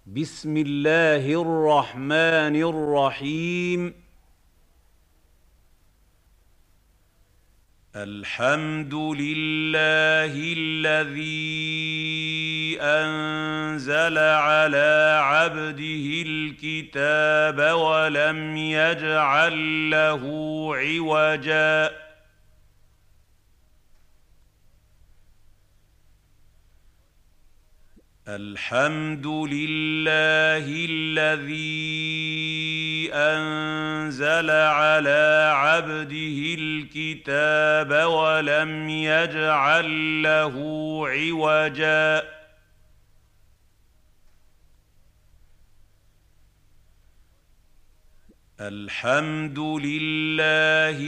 بسم الله الرحمن الرحيم. الحمد لله الذي أنزل على عبده الكتاب ولم يجعل له عوجا. الحمد لله الذي أنزل على عبده الكتاب ولم يجعل له عوجا. الحمد لله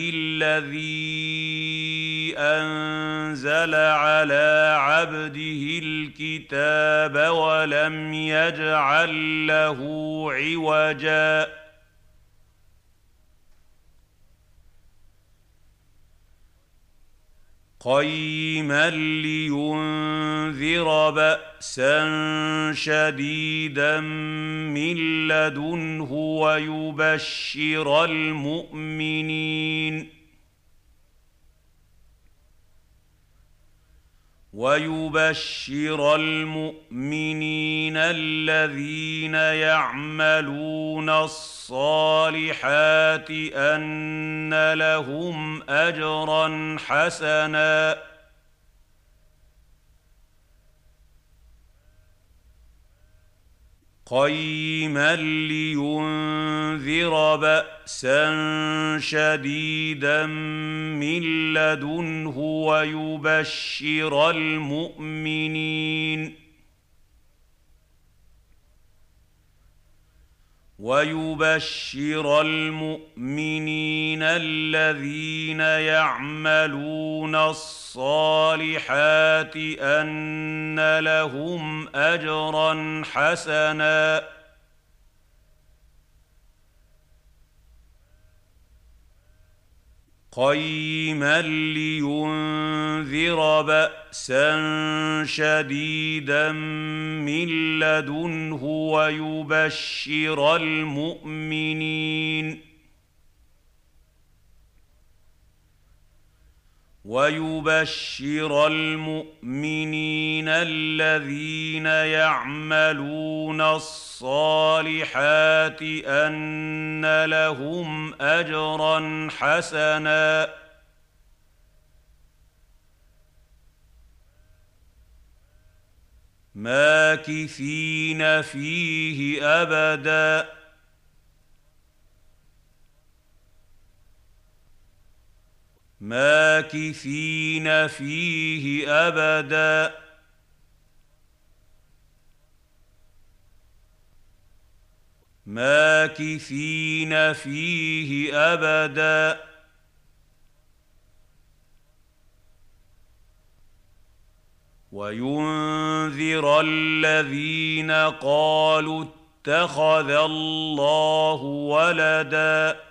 الذي أنزل على عبده الكتاب ولم يجعل له عوجا. قيما لينذر بأسا شديدا من لدنه ويبشر المؤمنين الذين يعملون الصالحات أن لهم أجرا حسنا. قيما لينذر بأسا شديدا من لدنه ويبشر المؤمنين الذين يعملون الصالحات أن لهم أجرا حسنا. قيما لينذر بأسا شديدا من لدنه ويبشر المؤمنين الذين يعملون الصالحات أن لهم أجرا حسنا. ماكثين فيه أبدا. ماكثين فيه أبدا. ماكثين فيه أبدا. وينذر الذين قالوا اتخذ الله ولدا.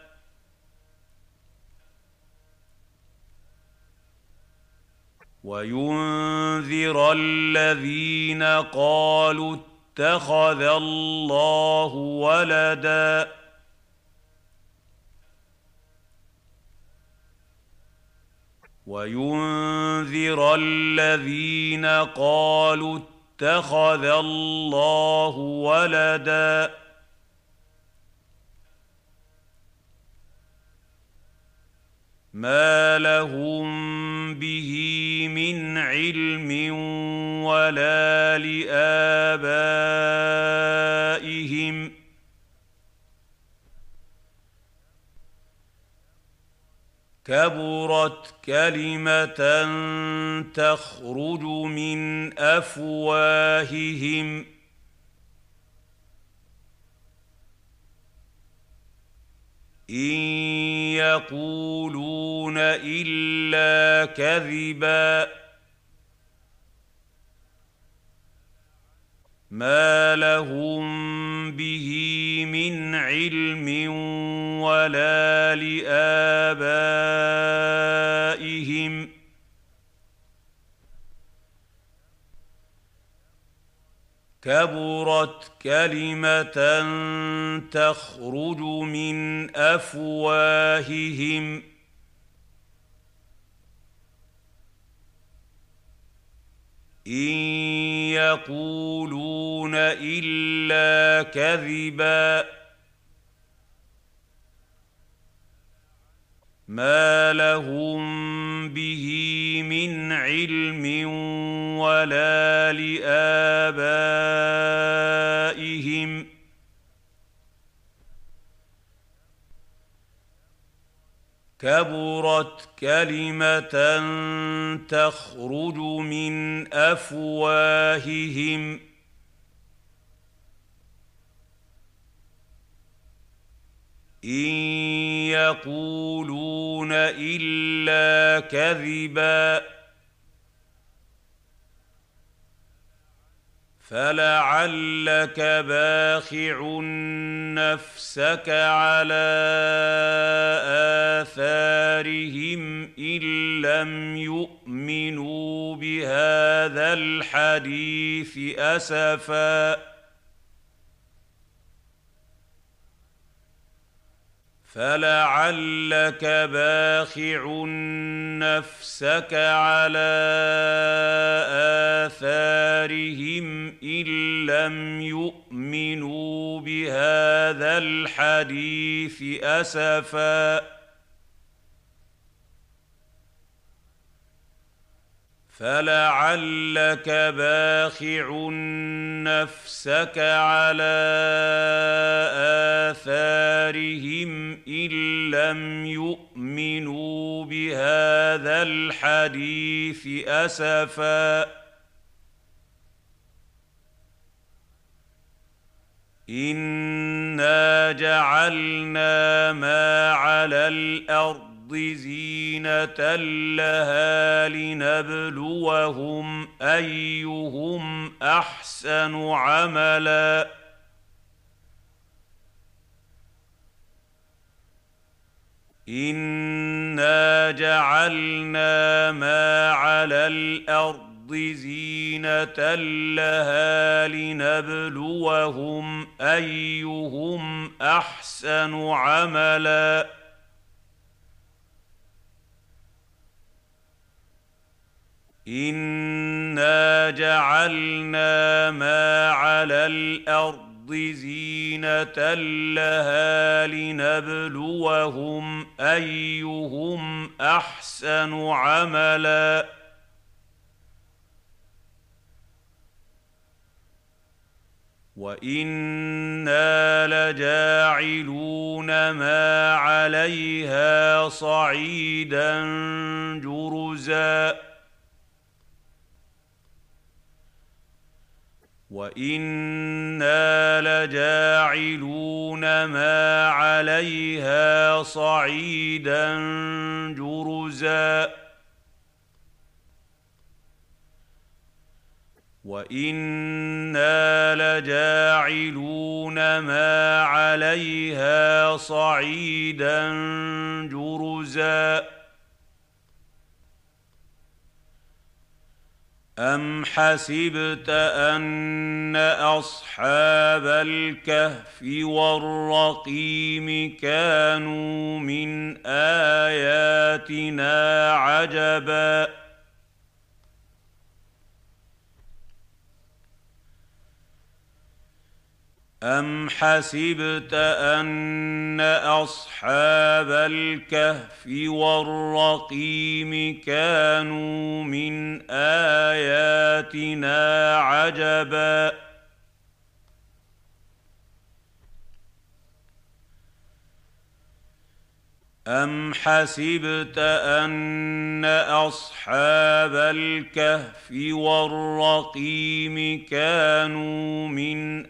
وينذر الذين قالوا اتخذ الله ولدا. وينذر الذين قالوا اتخذ الله ولدا. ما لهم به من علم ولا لآبائهم. كبرت كلمة تخرج من أفواههم إن يقولون إلا كذبا. ما لهم به من علم ولا لآبائهم كبرت كلمة تخرج من أفواههم إن يقولون إلا كذبا ما لهم به من علم ولا لآبائهم كبرت كلمة تخرج من أفواههم إن يقولون إلا كذبا فلعلك باخع نفسك على آثارهم إن لم يؤمنوا بهذا الحديث أسفا فلعلك باخع نفسك على آثارهم إن لم يؤمنوا بهذا الحديث أسفا فلعلك باخع نفسك على آثارهم إن لم يؤمنوا بهذا الحديث أسفا إنا جعلنا ما على الأرض زينة لها لنبلوهم أيهم أحسن عملا إنا جعلنا ما على الأرض زينة لها لنبلوهم أيهم أحسن عملا إنا جعلنا ما على الأرض زينة لها لنبلوهم أيهم أحسن عملا وإنا لجاعلون ما عليها صعيدا جرزا وإنا لجاعلون ما عليها صعيدا جرزا وإنا لجاعلون ما عليها صعيدا جرزا أم حسبت أن أصحاب الكهف والرقيم كانوا من آياتنا عجبا أم حسبت أن أصحاب الكهف والرقيم كانوا من آياتنا عجبا أم حسبت أن أصحاب الكهف والرقيم كانوا من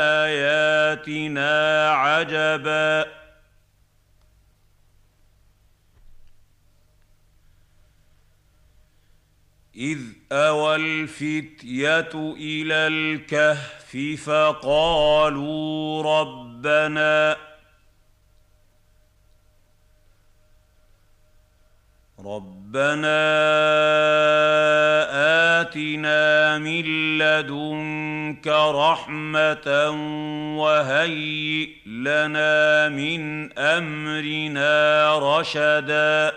آياتنا عجبا إذ أوى الفتية إلى الكهف فقالوا ربنا آتنا من لدنك رحمة وهيئ لنا من أمرنا رشدا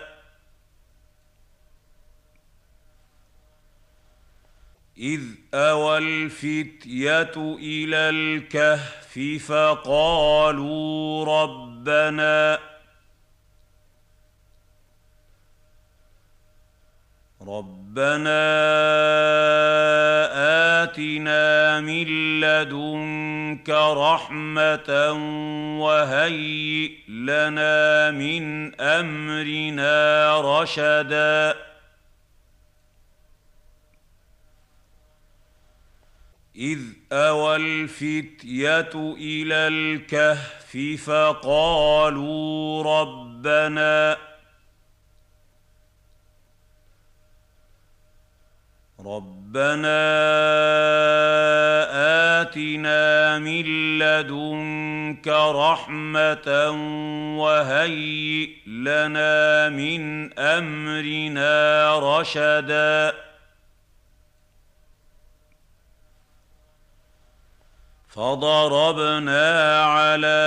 إذ أوى الفتية إلى الكهف فقالوا ربنا آتنا من لدنك رحمة وهيئ لنا من أمرنا رشدا إذ أوى الفتية إلى الكهف فقالوا ربنا آتنا من لدنك رحمة وهيئ لنا من أمرنا رشدا فضربنا على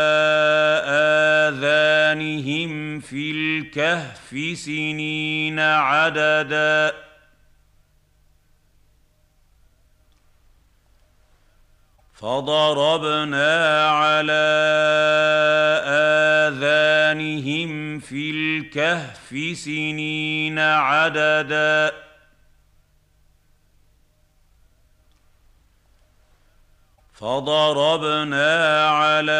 آذانهم في الكهف سنين عددا فضربنا على آذانهم في الكهف سنين عددا فضربنا على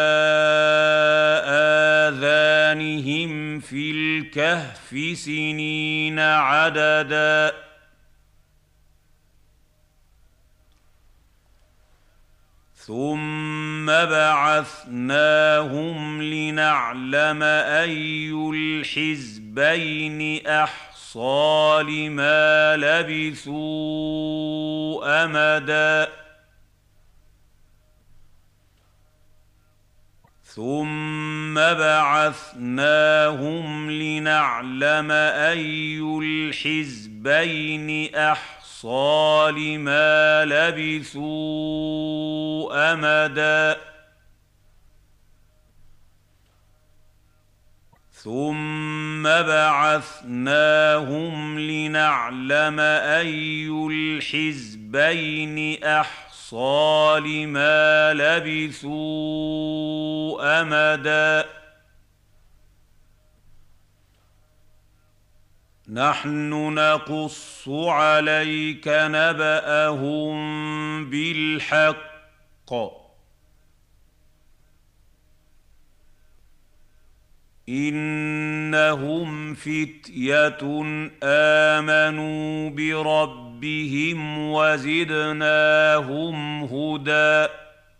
آذانهم في الكهف سنين عددا ثم بعثناهم لنعلم أي الحزبين أحصى لما لبثوا أمدا ثم بعثناهم لنعلم أي الحزبين أحصى لما لبثوا أمدا ثم بعثناهم لنعلم أي الحزبين أحصى لما لبثوا أمدا نحن نقص عليك نبأهم بالحق إنهم فتية آمنوا بربهم وزدناهم هدى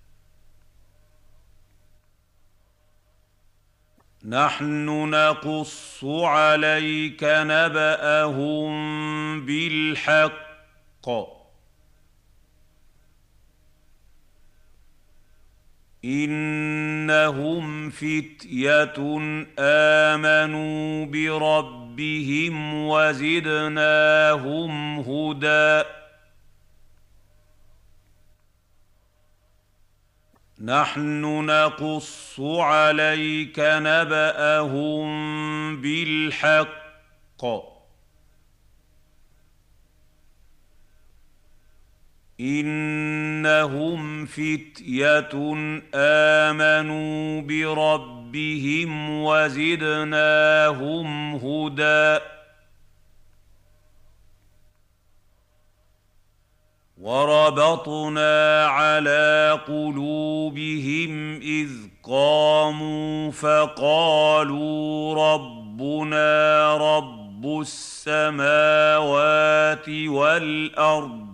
نحن نقص عليك نبأهم بالحق إنهم فتية آمنوا بربهم وزدناهم هدى نحن نقص عليك نبأهم بالحق إنهم فتية آمنوا بربهم وزدناهم هدى وربطنا على قلوبهم إذ قاموا فقالوا ربنا رب السماوات والأرض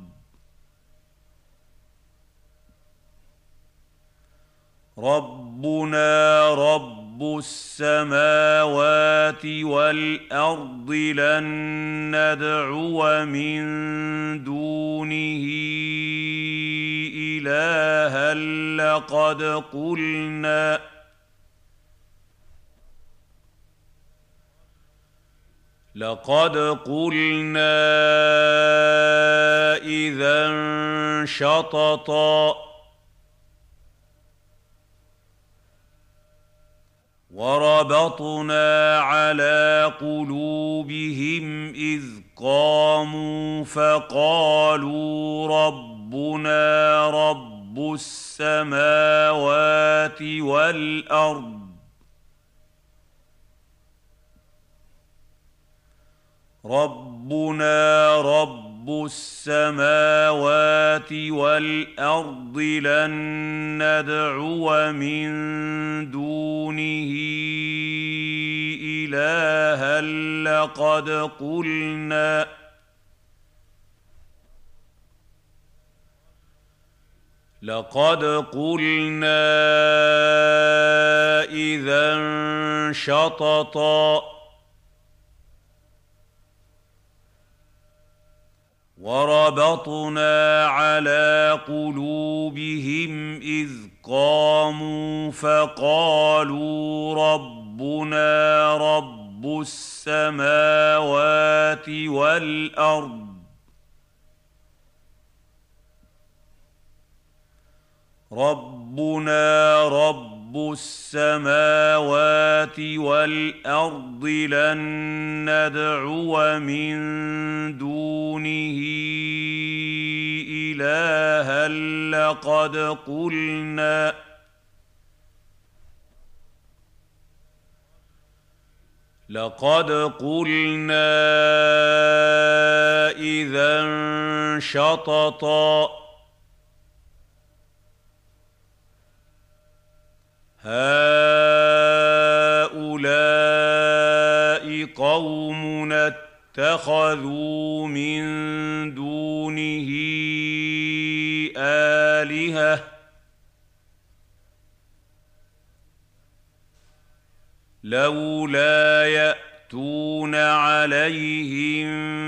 ربنا رب السماوات والأرض لن ندعو من دونه إلها لقد قلنا إذا شططا وربطنا على قلوبهم إذ قاموا فقالوا ربنا رب السماوات والأرض ربنا رب السماوات والأرض لن ندعو من دونه إلها لقد قلنا إذا شططا وربطنا على قلوبهم إذ قاموا فقالوا ربنا رب السماوات والأرض ربنا رب السماوات والأرض لن ندعو من دونه إلها لقد قلنا إذا شططا هؤلاء قومنا اتخذوا من دونه آلهة لولا يأتون عليهم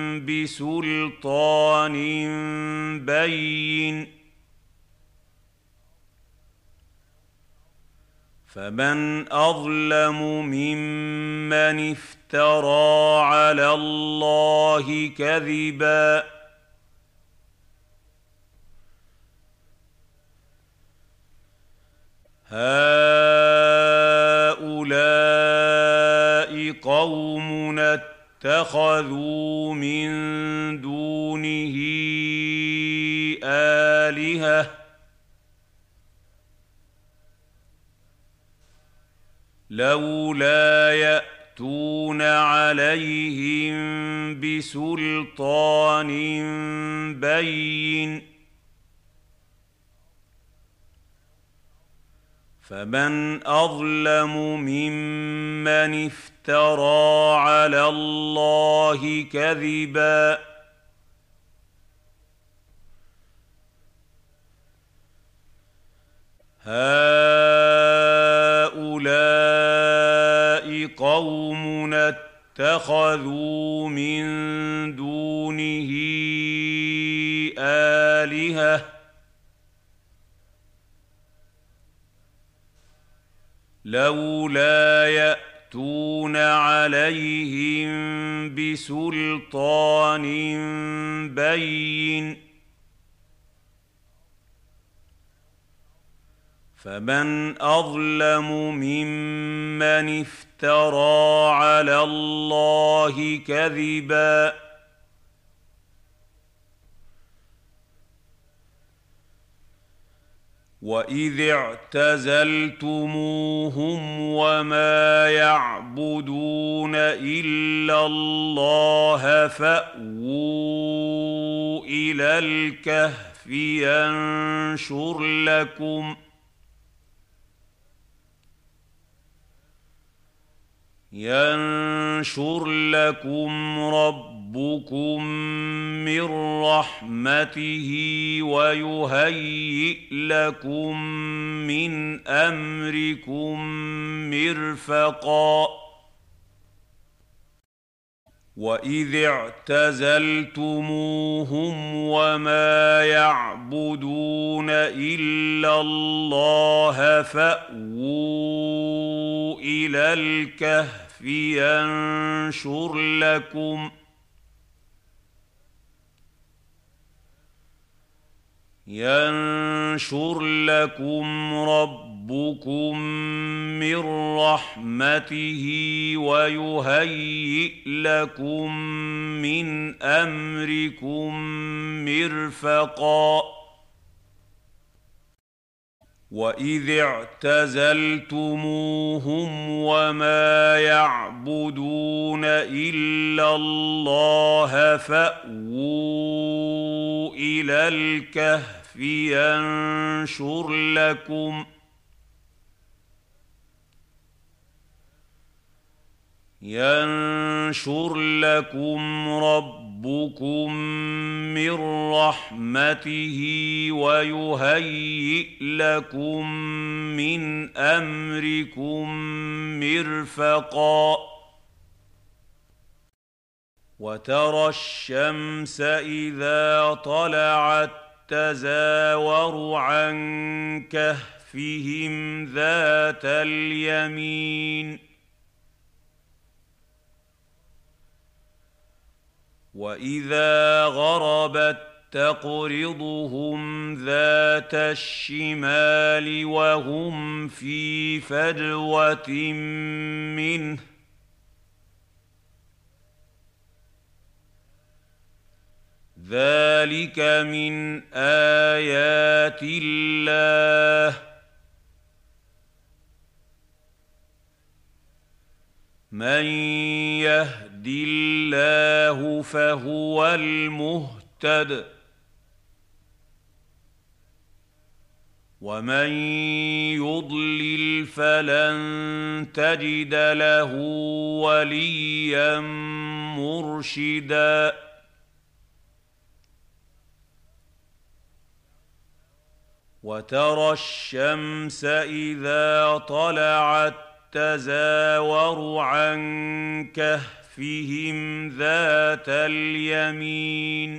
بسلطان بين فمن أظلم ممن افترى على الله كذبا هؤلاء قومنا اتخذوا من دونه آلهة لولا يأتون عليهم بسلطان بين فمن أظلم ممن افترى على الله كذبا هؤلاء قومنا اتخذوا من دونه آلهة لولا يأتون عليهم بسلطان بين فمن أظلم ممن افترى على الله كذبا وإذ اعتزلتموهم وما يعبدون إلا الله فأووا إلى الكهف ينشر لكم ربكم من رحمته ويهيئ لكم من أمركم مرفقا وإذ اعتزلتموهم وما يعبدون إلا الله فأووا إلى الكهف ينشر لكم ربكم من رحمته ويهيئ لكم من أمركم مرفقا وإذ اعتزلتموهم وما يعبدون إلا الله فأووا إلى الكهف ينشر لكم ربكم من رحمته ويهيئ لكم من أمركم مرفقا وترى الشمس إذا طلعت تزاور عن كهفهم ذات اليمين وإذا غربت تقرضهم ذات الشمال وهم في فجوة منه ذلك من آيات الله من يهد الله فهو المهتد ومن يضلل فلن تجد له وليا مرشدا وترى الشمس إذا طلعت تزاور عن كهفهم ذات اليمين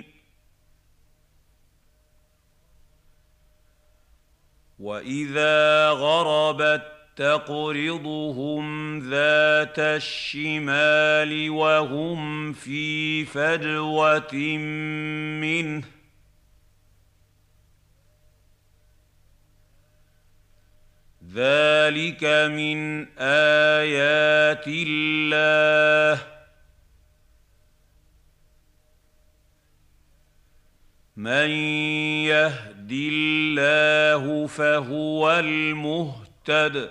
وإذا غربت تقرضهم ذات الشمال وهم في فجوة منه ذلك من آيات الله من يهد الله فهو المهتد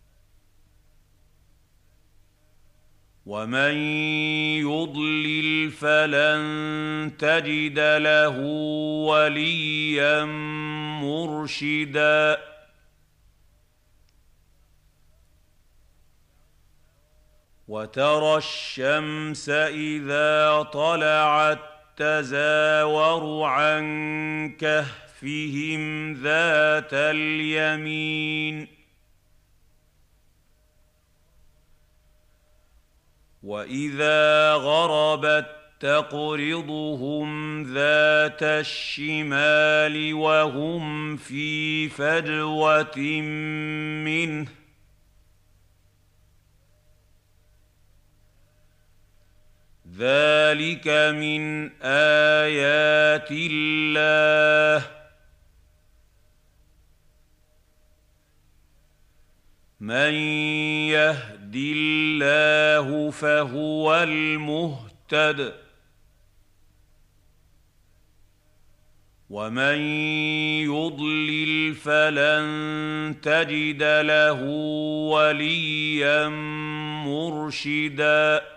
ومن يضلل فلن تجد له وليا مرشدا وترى الشمس إذا طلعت تزاور عن كهفهم ذات اليمين وإذا غربت تقرضهم ذات الشمال وهم في فجوة منه ذلك من آيات الله من يهد الله فهو المهتد ومن يضلل فلن تجد له وليا مرشدا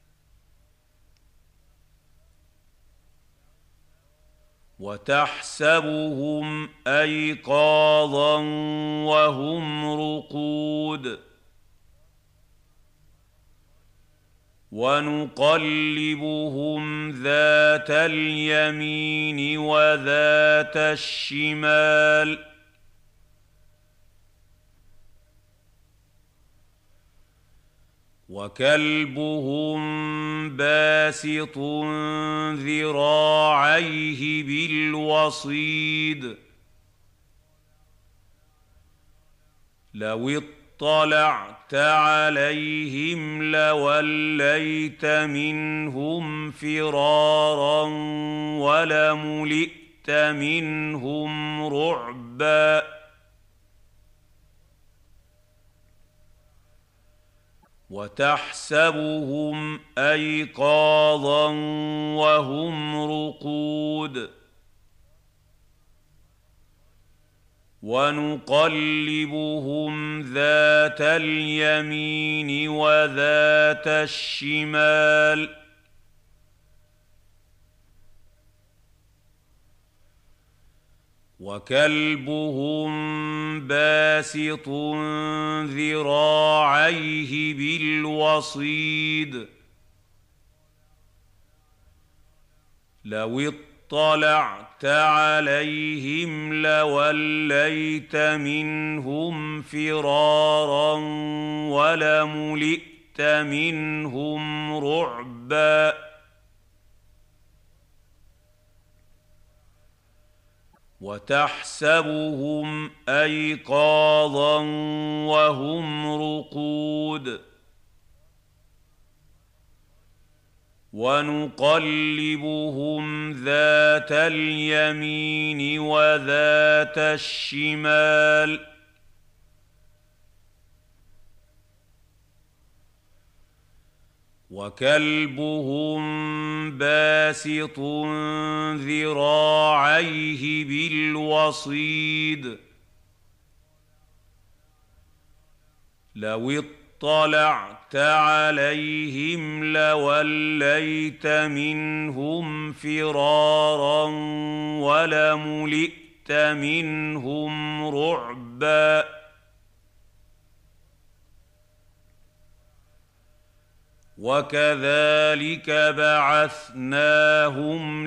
وتحسبهم أيقاظا وهم رقود ونقلبهم ذات اليمين وذات الشمال وكلبهم باسط ذراعيه بالوصيد لو اطلعت عليهم لوليت منهم فرارا ولملئت منهم رعبا وتحسبهم أيقاظا وهم رقود ونقلبهم ذات اليمين وذات الشمال وكلبهم باسط ذراعيه بالوصيد لو اطلعت عليهم لوليت منهم فرارا ولملئت منهم رعبا وتحسبهم أيقاظا وهم رقود ونقلبهم ذات اليمين وذات الشمال وكلبهم باسط ذراعيه بالوصيد لو اطلعت عليهم لوليت منهم فرارا ولملئت منهم رعبا وكذلك بعثناهم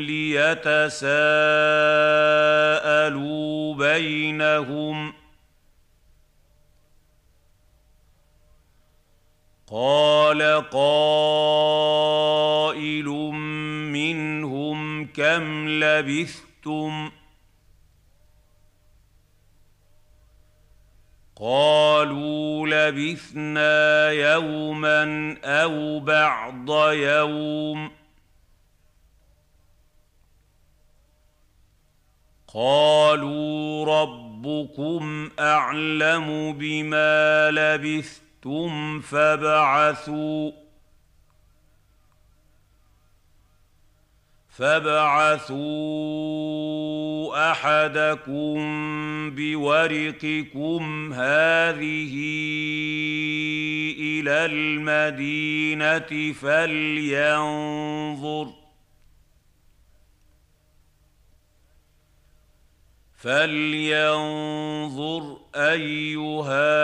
ليتساءلوا بينهم قال قائل منهم كم لبثتم قالوا لبثنا يوما أو بعض يوم قالوا ربكم أعلم بما لبثتم فابعثوا أحدكم بورقكم هذه إلى المدينة فلينظر أيها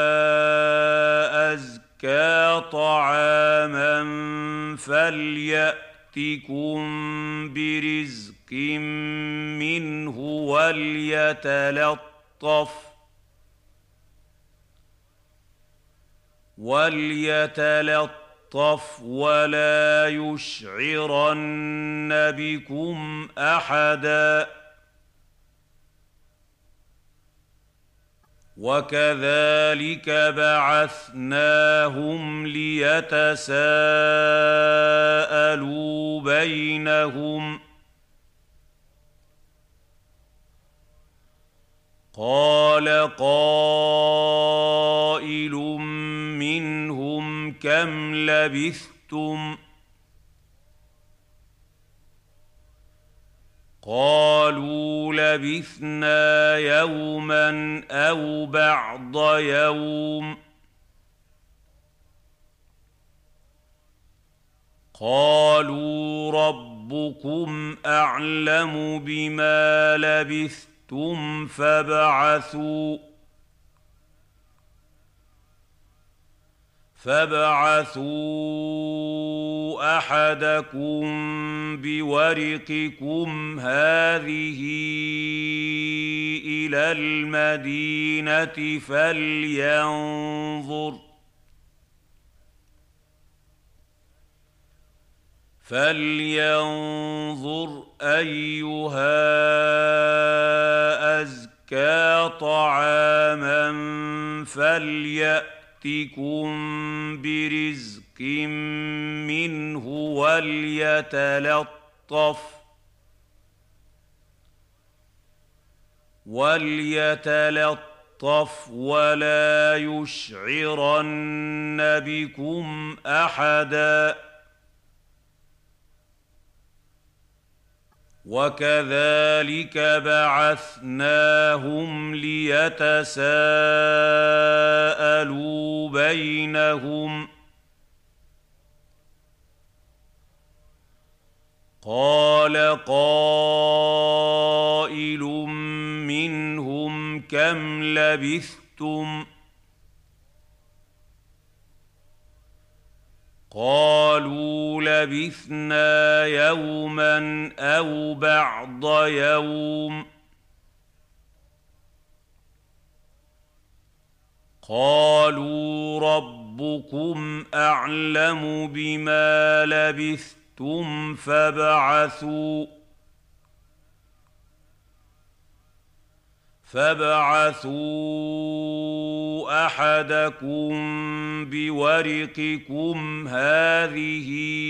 أزكى طعاما فليأتكم برزق منه وليتلطف ولا يشعرن بكم أحدا وكذلك بعثناهم ليتساءلوا بينهم قال قائل منهم كم لبثتم قالوا لبثنا يوما أو بعض يوم قالوا ربكم أعلم بما لبثتم فابعثوا أحدكم بورقكم هذه إلى المدينة فلينظر أيها أزكى أزكى طعاما فليأتكم برزق منه وليتلطف ولا يشعرن بكم أحدا. وكذلك بعثناهم ليتساءلوا بينهم قال قائل منهم كم لبثتم قالوا لبثنا يوما أو بعض يوم قالوا ربكم أعلم بما لبثتم فابعثوا أحدكم بورقكم هذه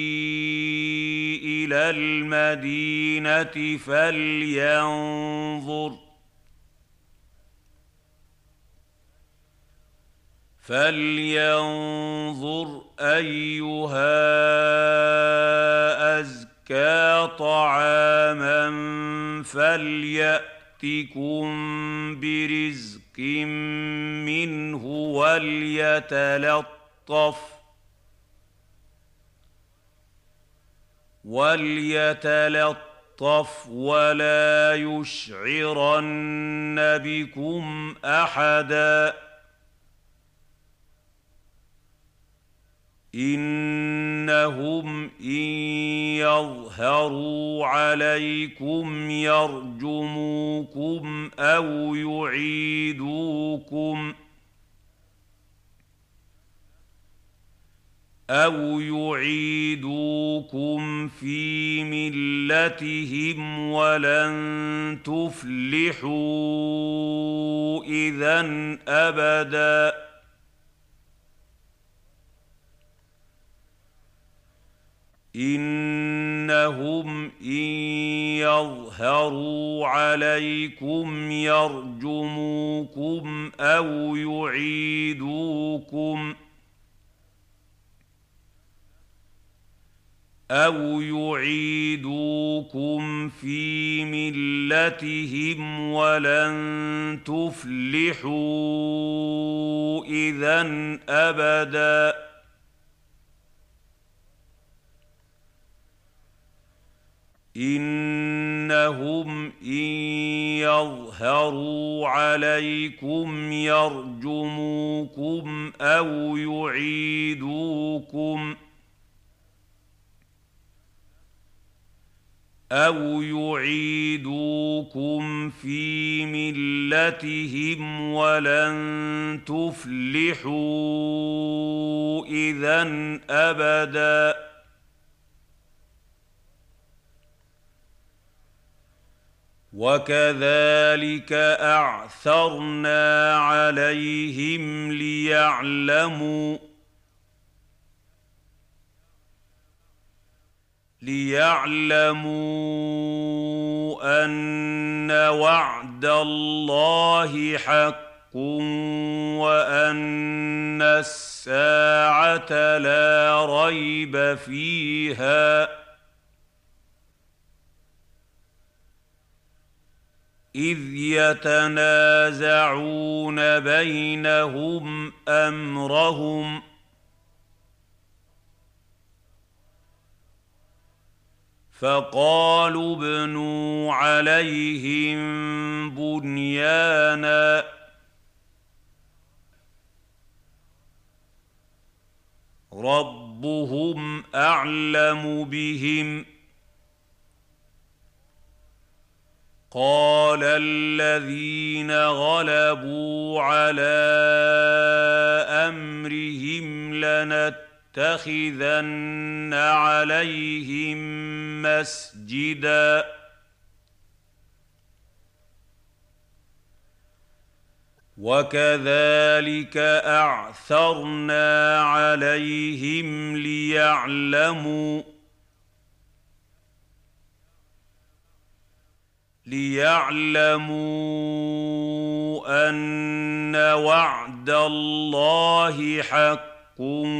إلى المدينة فلينظر أيها أزكى طعاما فليأتكم برزق منه وليتلطف ولا يشعرن بكم أحدا. إنهم إن يظهروا عليكم يرجموكم أو يعيدوكم في ملتهم ولن تفلحوا إذن أبدا. إنهم إن يظهروا عليكم يرجموكم أو يعيدوكم في ملتهم ولن تفلحوا إذن أبدا. إنهم إن يظهروا عليكم يرجموكم أو يعيدوكم في ملتهم ولن تفلحوا إذن أبدا. وكذلك أعثرنا عليهم ليعلموا أن وعد الله حق وأن الساعة لا ريب فيها إذ يتنازعون بينهم أمرهم فقالوا ابنوا عليهم بنيانا ربهم أعلم بهم قال الذين غلبوا على أمرهم لنتخذن عليهم مسجدا وكذلك أعثرنا عليهم ليعلموا أن وعد الله حق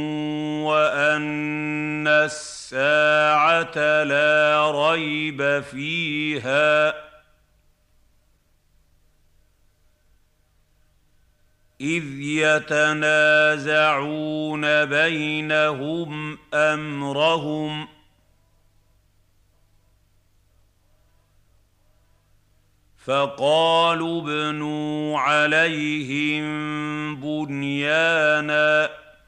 وأن الساعة لا ريب فيها إذ يتنازعون بينهم أمرهم فقالوا ابنوا عليهم بنيانا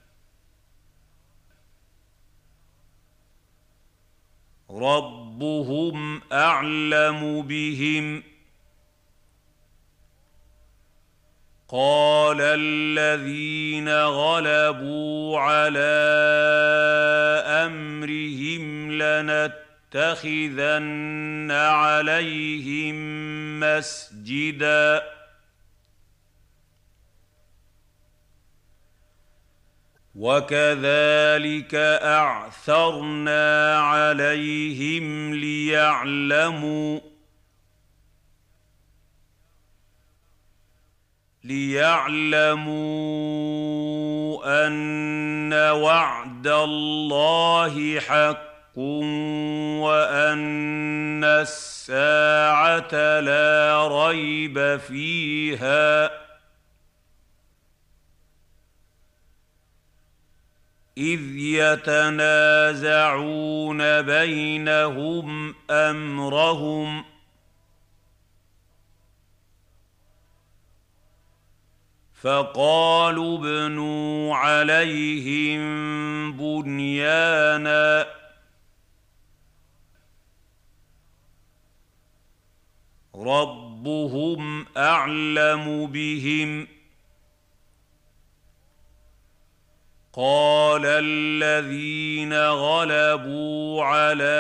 ربهم أعلم بهم قال الذين غلبوا على أمرهم لنتخذن عليهم مسجدا وكذلك أعثرنا عليهم ليعلموا أن وعد الله حق وأن الساعة لا ريب فيها إذ يتنازعون بينهم أمرهم فقالوا ابنوا عليهم بنيانا ربهم أعلم بهم قال الذين غلبوا على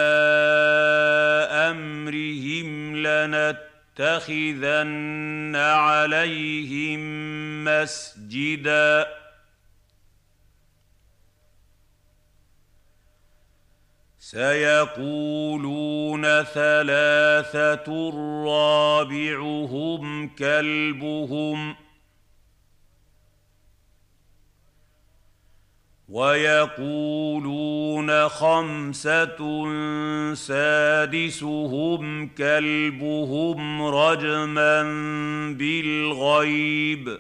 أمرهم لنتخذن عليهم مسجدا سيقولون ثلاثة رابعهم كلبهم ويقولون خمسة سادسهم كلبهم رجما بالغيب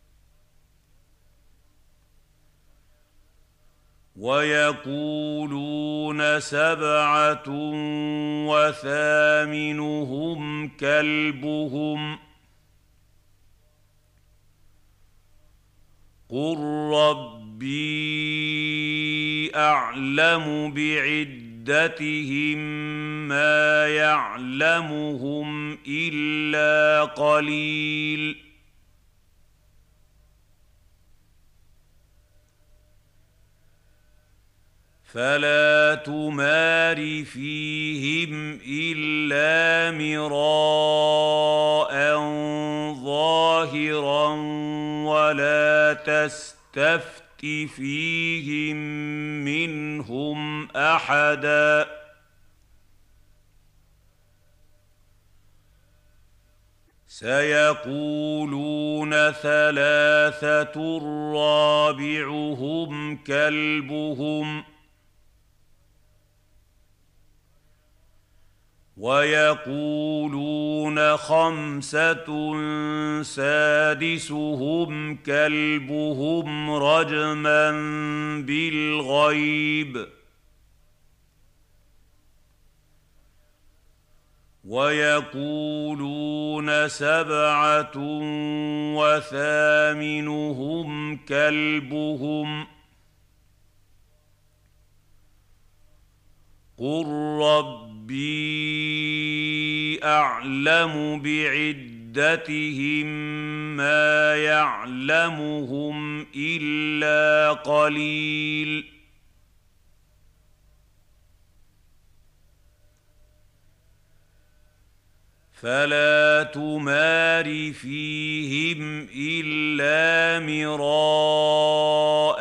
ويقولون سبعة وثامنهم كلبهم قل ربي أعلم بعدتهم ما يعلمهم إلا قليل فلا تمار فيهم إلا مراء ظاهرا ولا تستفت فيهم منهم أحدا سيقولون ثلاثة رابعهم كلبهم ويقولون خمسة سادسهم كلبهم رجما بالغيب ويقولون سبعة وثامنهم كلبهم قل ربي أعلم بعدتهم ما يعلمهم إلا قليل فلا تمار فيهم إلا مراء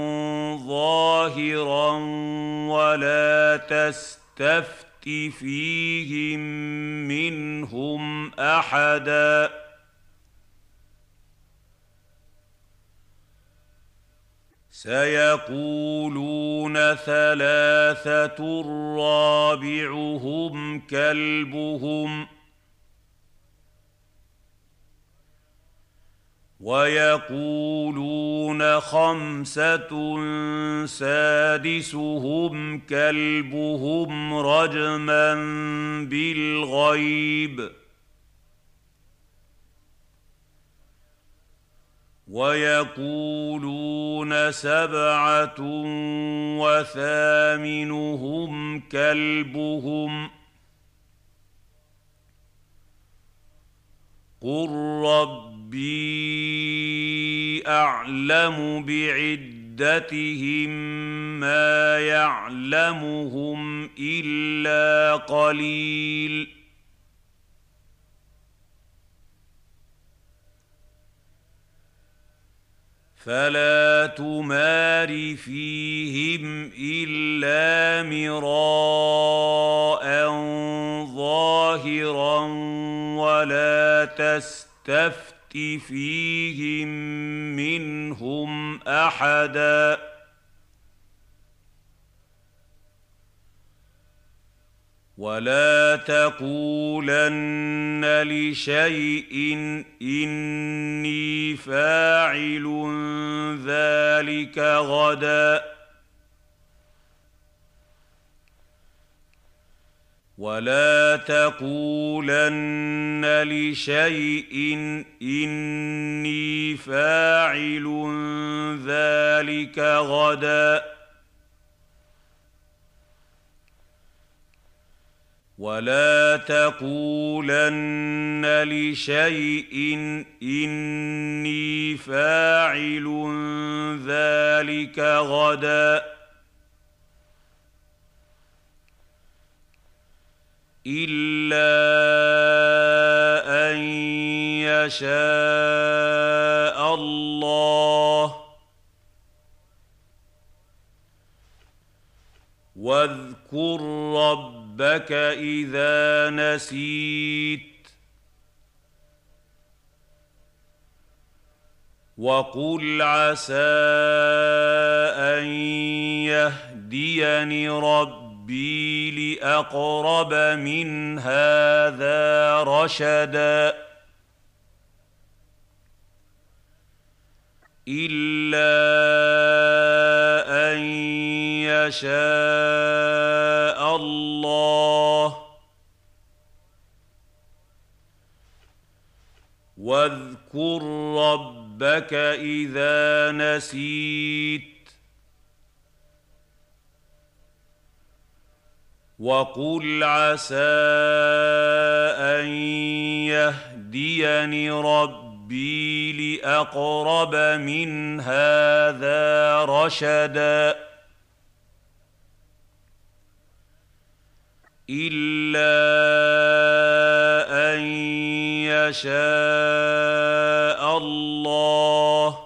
ظاهرا ولا تستفت فيهم منهم أحدا سيقولون ثلاثة رابعهم كلبهم ويقولون خمسة سادسهم كلبهم رجما بالغيب ويقولون سبعة وثامنهم كلبهم قل ربي أعلم بعدتهم ما يعلمهم إلا قليل فلا تمار فيهم إلا مراء ظاهرا ولا تستفت فيهم منهم أحدا ولا تقولن لشيء إني فاعل ذلك غدا ولا تقولن لشيء إني فاعل ذلك غدا ولا تقولن لشيء إني فاعل ذلك غدا إلا أن يشاء الله واذكر ربك إذا نسيت وقل عسى أن يهديني ربي لأقرب من هذا رشدا إلا أن يشاء الله واذكر ربك إذا نسيت وقل عسى أن يهديني ربي لأقرب من هذا رشدا إلا أن يشاء الله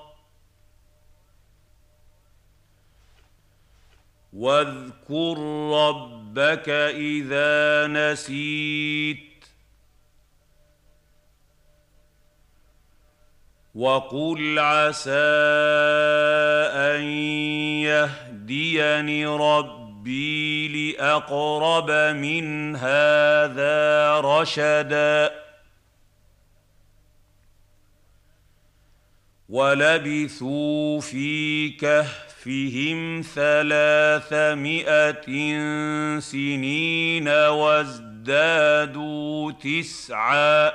واذكر ربك إذا نسيت وقل عسى أن يهديني ربي لأقرب من هذا رشدا ولبثوا في كهفهم 300 سنين وازدادوا 9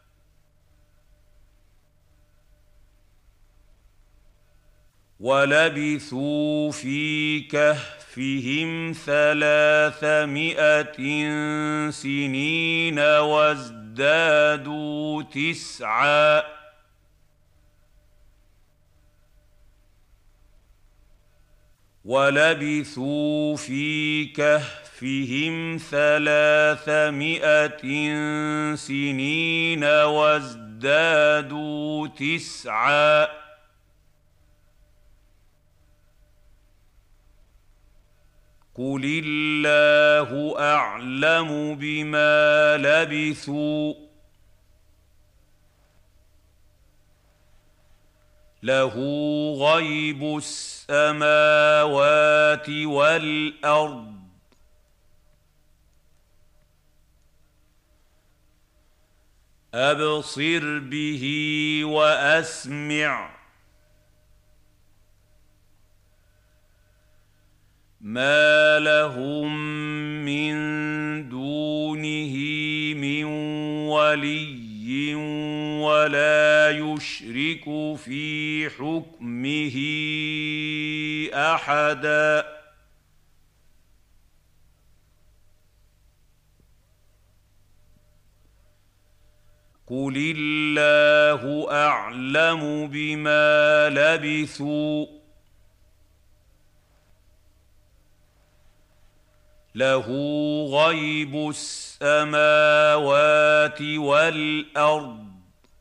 ولبثوا في كهفهم 300 سنين وازدادوا 9 ولبثوا في كهفهم كهفهم 300 سنين وازدادوا 9 قل الله أعلم بما لبثوا له غيب السماوات والأرض أبصر به وأسمع ما لهم من دونه من ولي ولا يشرك في حكمه أحدا قل الله أعلم بما لبثوا له غيب السماوات والأرض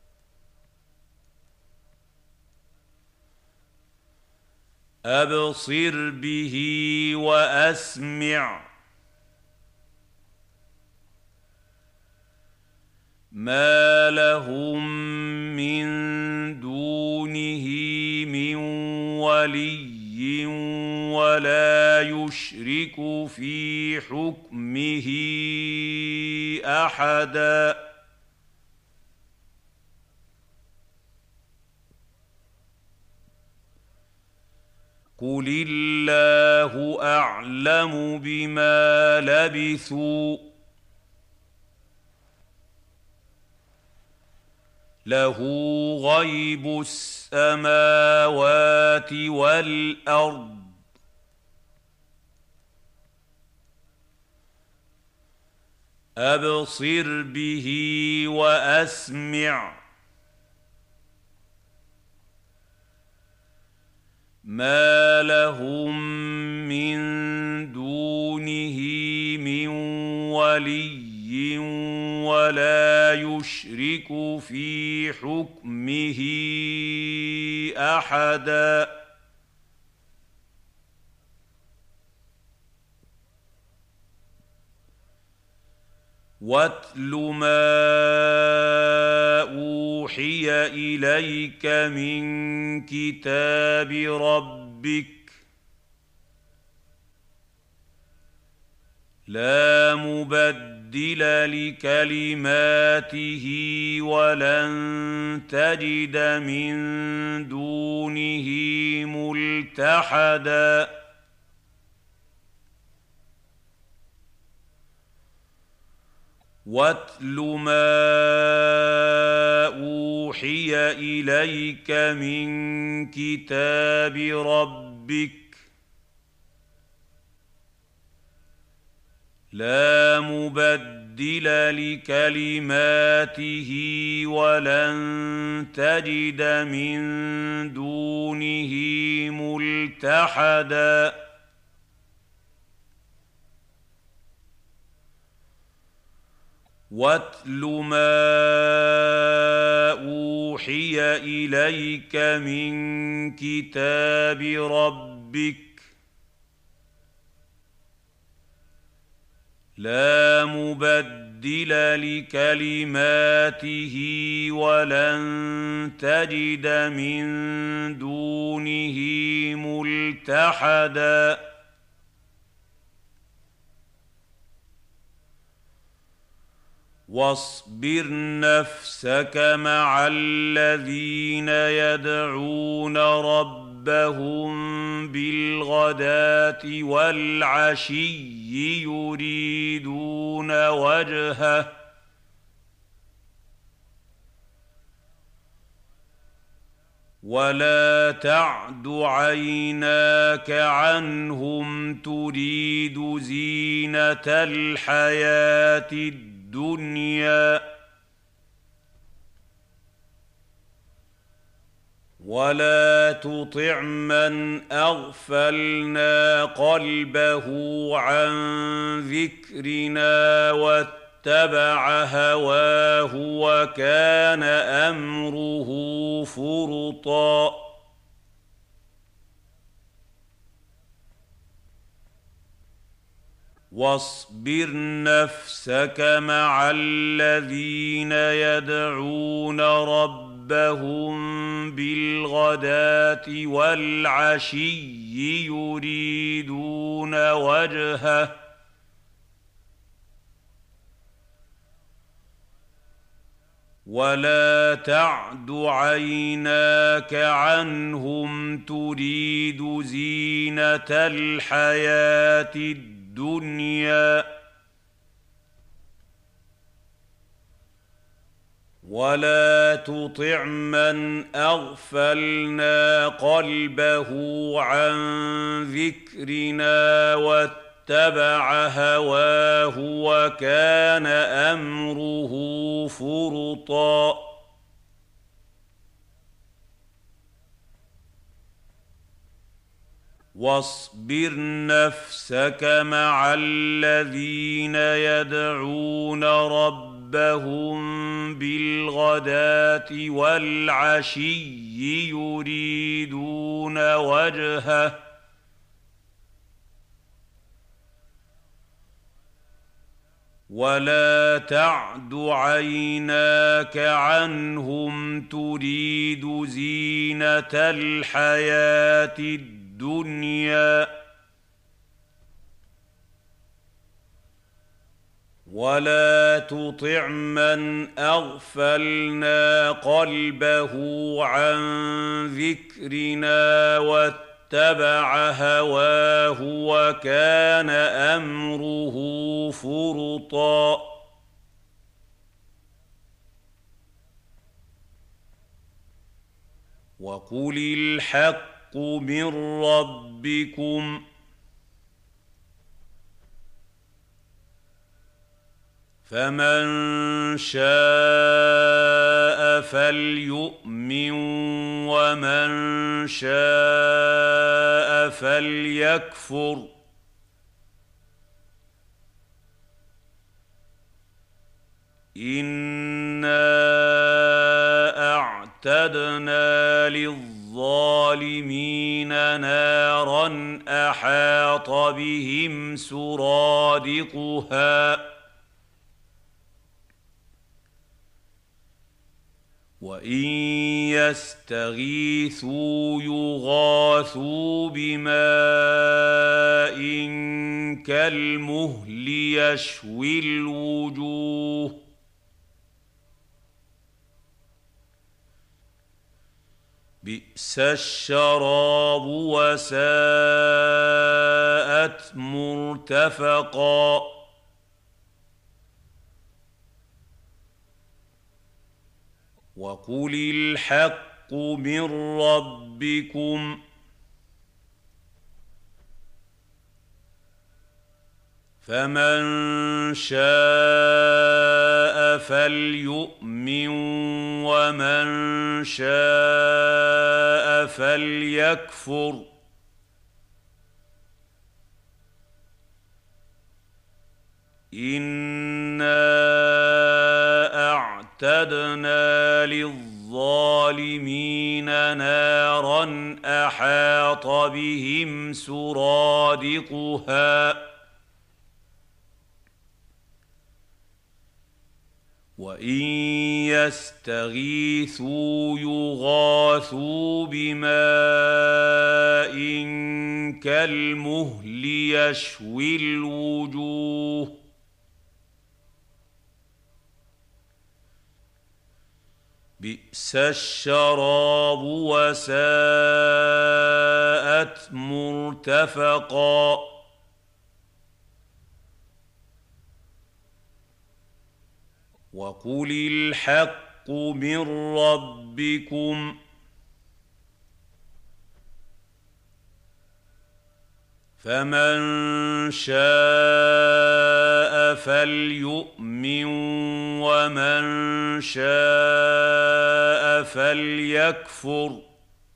أبصر به وأسمع ما لهم من دونه من ولي ولا يشرك في حكمه أحدا قل الله أعلم بما لبثوا له غيب السماوات والأرض أبصر به وأسمع ما لهم من دونه من ولي ولا يشرك في حكمه أحدا واتل ما أوحي إليك من كتاب ربك لا مبدل لكلماته ولن تجد من دونه ملتحدا واتل ما أوحي إليك من كتاب ربك لا مبدل لكلماته ولن تجد من دونه ملتحدا واتل ما أوحي إليك من كتاب ربك لا مبدل لكلماته ولن تجد من دونه ملتحدا واصبر نفسك مع الذين يدعون ربهم بالغداة والعشي يريدون وجهه ولا تعد عيناك عنهم تريد زينة الحياة الدنيا ولا تطع من أغفلنا قلبه عن ذكرنا واتبع هواه وكان أمره فرطا واصبر نفسك مع الذين يدعون ربهم بالغداة والعشي يريدون وجهه ولا تعد عيناك عنهم تريد زينة الحياة الدنيا ولا تطع من أغفلنا قلبه عن ذكرنا واتبع هواه وكان أمره فرطا واصبر نفسك مع الذين يدعون ربهم بالغداة والعشي يريدون وجهه ولا تعد عيناك عنهم تريد زينة الحياة الدنيا ولا تطع من أغفلنا قلبه عن ذكرنا واتبع هواه وكان أمره فرطا وقل الحق من ربكم فمن شاء فليؤمن ومن شاء فليكفر إنا أعتدنا للظالمين نارا أحاط بهم سرادقها وإن يستغيثوا يغاثوا بماء كالمهل يشوي الوجوه بئس الشراب وساءت مرتفقا وقل الحق من ربكم فمن شاء فليؤمن ومن شاء فليكفر إنا أعتدنا للظالمين نارا أحاط بهم سرادقها وإن يستغيثوا يغاثوا بماء كالمهل يشوي الوجوه بئس الشراب وساءت مرتفقا وقل الحق من ربكم فمن شاء فليؤمن ومن شاء فليكفر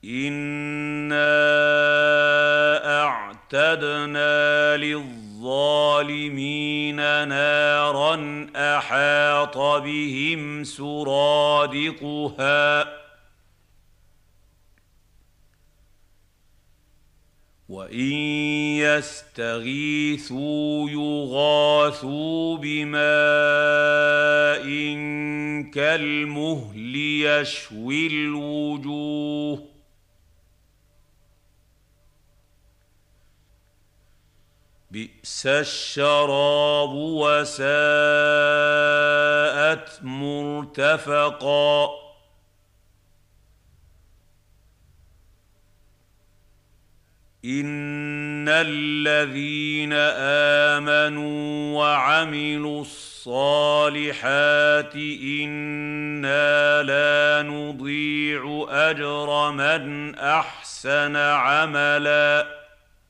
إنا أعتدنا للظالمين نارا أحاط بهم سرادقها وإن يستغيثوا يغاثوا بماء كالمهل يشوي الوجوه بئس الشراب وساءت مرتفقا إن الذين آمنوا وعملوا الصالحات إنا لا نضيع أجر من أحسن عملا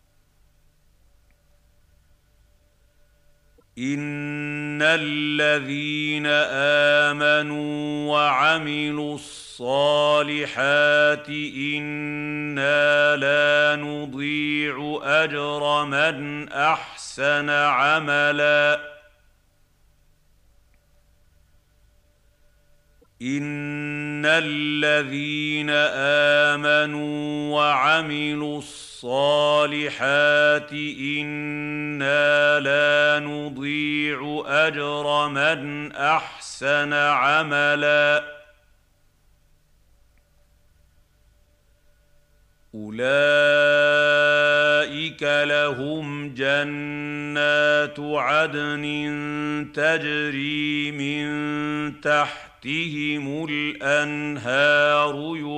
إن الذين آمنوا وعملوا الصالحات إنا لا نضيع أجر من أحسن عملا إن الذين آمنوا وعملوا الصالحات إنا لا نضيع أجر من أحسن عملا أولئك لهم جنات عدن تجري من تحتهم الأنهار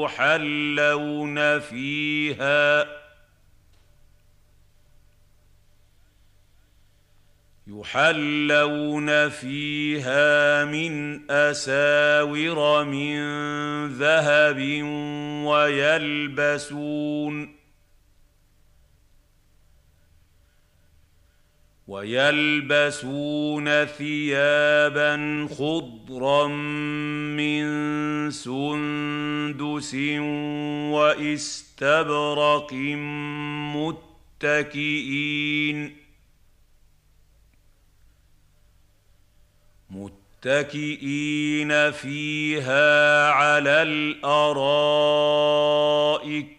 يحلون فيها من أساور من ذهب ويلبسون ثيابا خضرا من سندس واستبرق متكئين فيها على الأرائك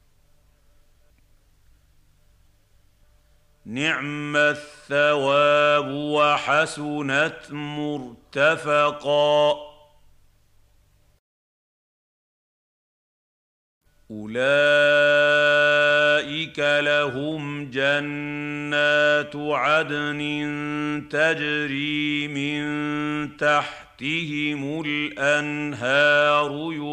نعم الثواب وحسنت مرتفقا أولئك لهم جنات عدن تجري من تحتهم الأنهار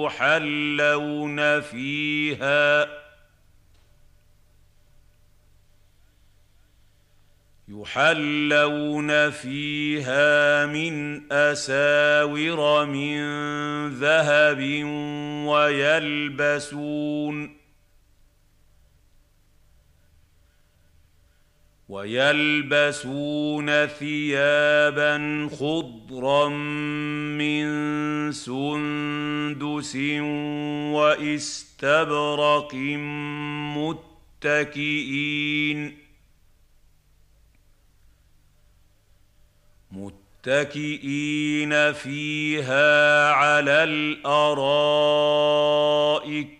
يحلون فيها من أساور من ذهب ويلبسون ثيابا خضرا من سندس واستبرق متكئين فيها على الأرائك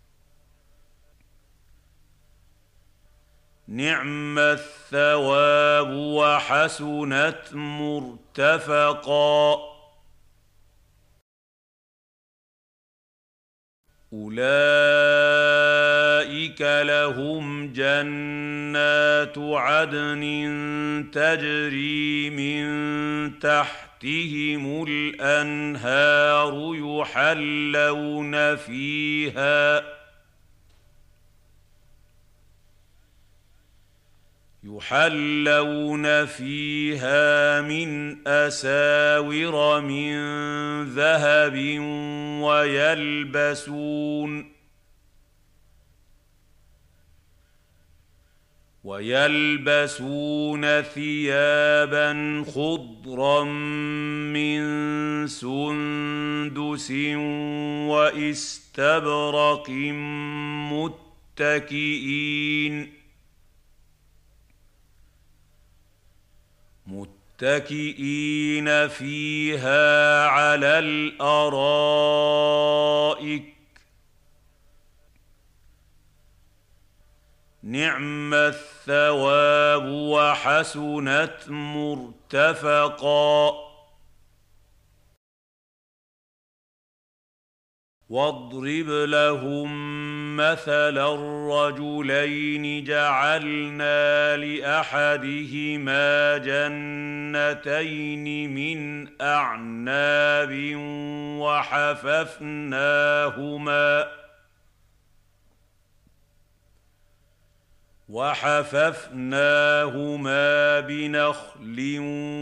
نعم الثواب وحسنت مرتفقا أولئك لهم جنات عدن تجري من تحتهم الأنهار يحلون فيها من أساور من ذهب ويلبسون ثيابا خضرا من سندس واستبرق متكئين فيها على الارائك نعم الثواب وحسنت مرتفقا واضرب لهم مثلا الرجلين جعلنا لأحدهما جنتين من أعناب وحففناهما بنخل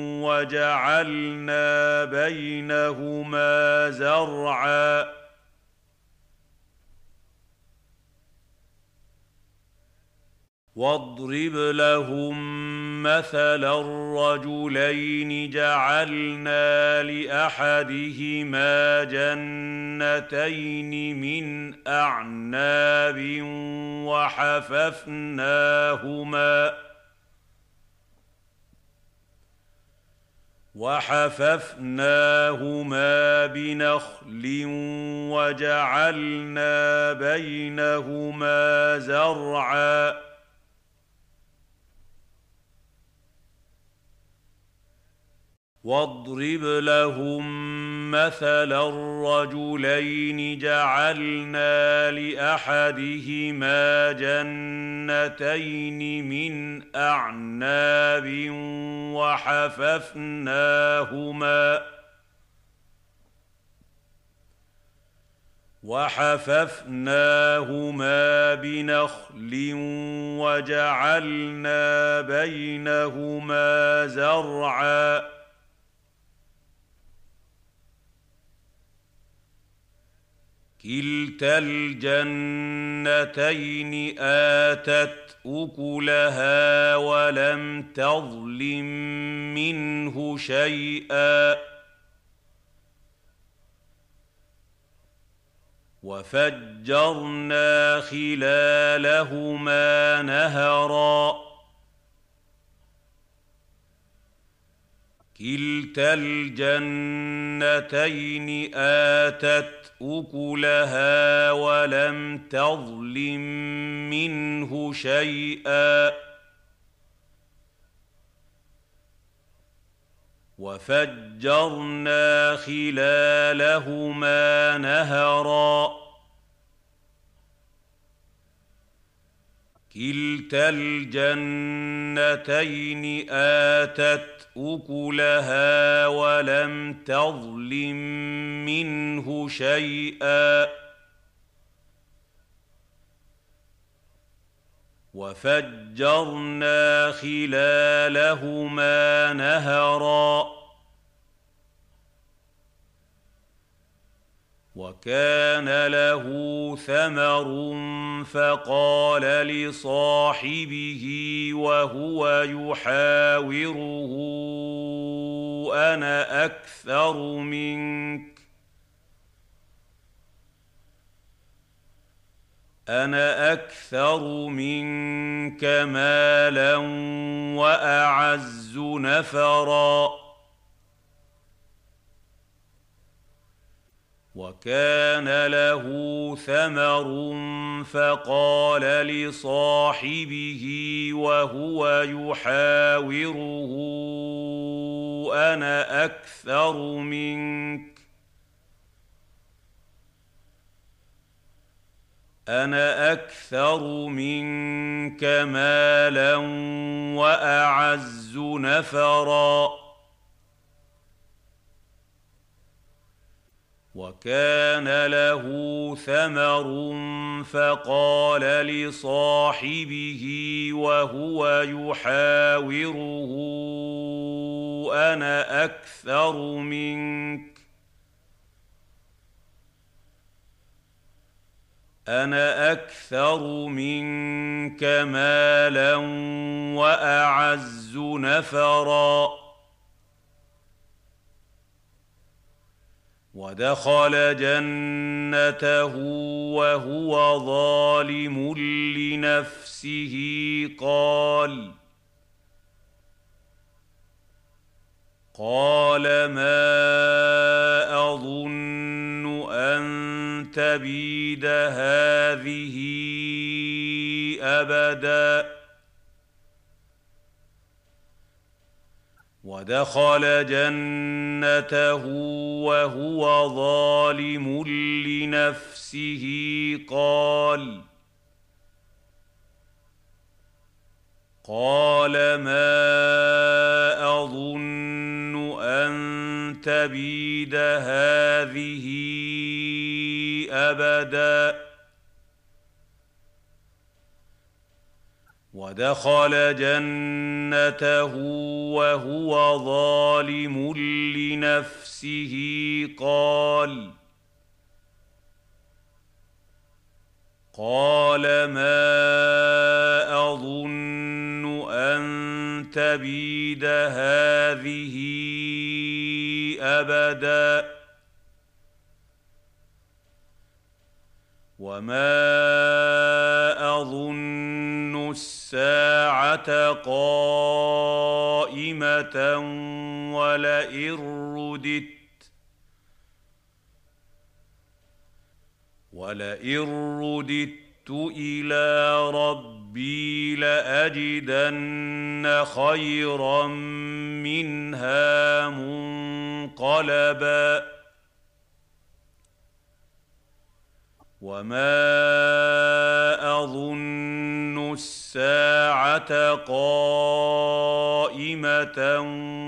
وجعلنا بينهما زرعا واضرب لهم مثلا الرجلين جعلنا لأحدهما جنتين من أعناب وحففناهما بنخل وجعلنا بينهما زرعا واضرب لهم مثلا الرجلين جعلنا لأحدهما جنتين من أعناب وحففناهما بنخل وجعلنا بينهما زرعا كلتا الجنتين آتت أكلها ولم تظلم منه شيئا وفجرنا خلالهما نهرا كلتا الجنتين آتت أكلها ولم تظلم منه شيئا وفجرنا خلالهما نهرا كلتا الجنتين آتت أكلها ولم تظلم منه شيئا وفجرنا خلالهما نهرا وكان له ثمر فقال لصاحبه وهو يحاوره أنا أكثر منك مالا وأعز نفرا وكان له ثمر فقال لصاحبه وهو يحاوره أنا أكثر منك مالا وأعز نفرا وكان له ثمر فقال لصاحبه وهو يحاوره أنا أنا أكثر منك مالا وأعز نفرا ودخل جنته وهو ظالم لنفسه قال ما أظن أن تبيد هذه أبدا ودخل جنته وهو ظالم لنفسه قال ما أظن أن تبيد هذه أبدا ودخل جنته وهو ظالم لنفسه قال ما أظن أن تبيد هذه أبدا وما أظن الساعة قائمة ولئن رددت إلى ربي لأجدن خيرا منها منقلبا وما أظن الساعة قائمة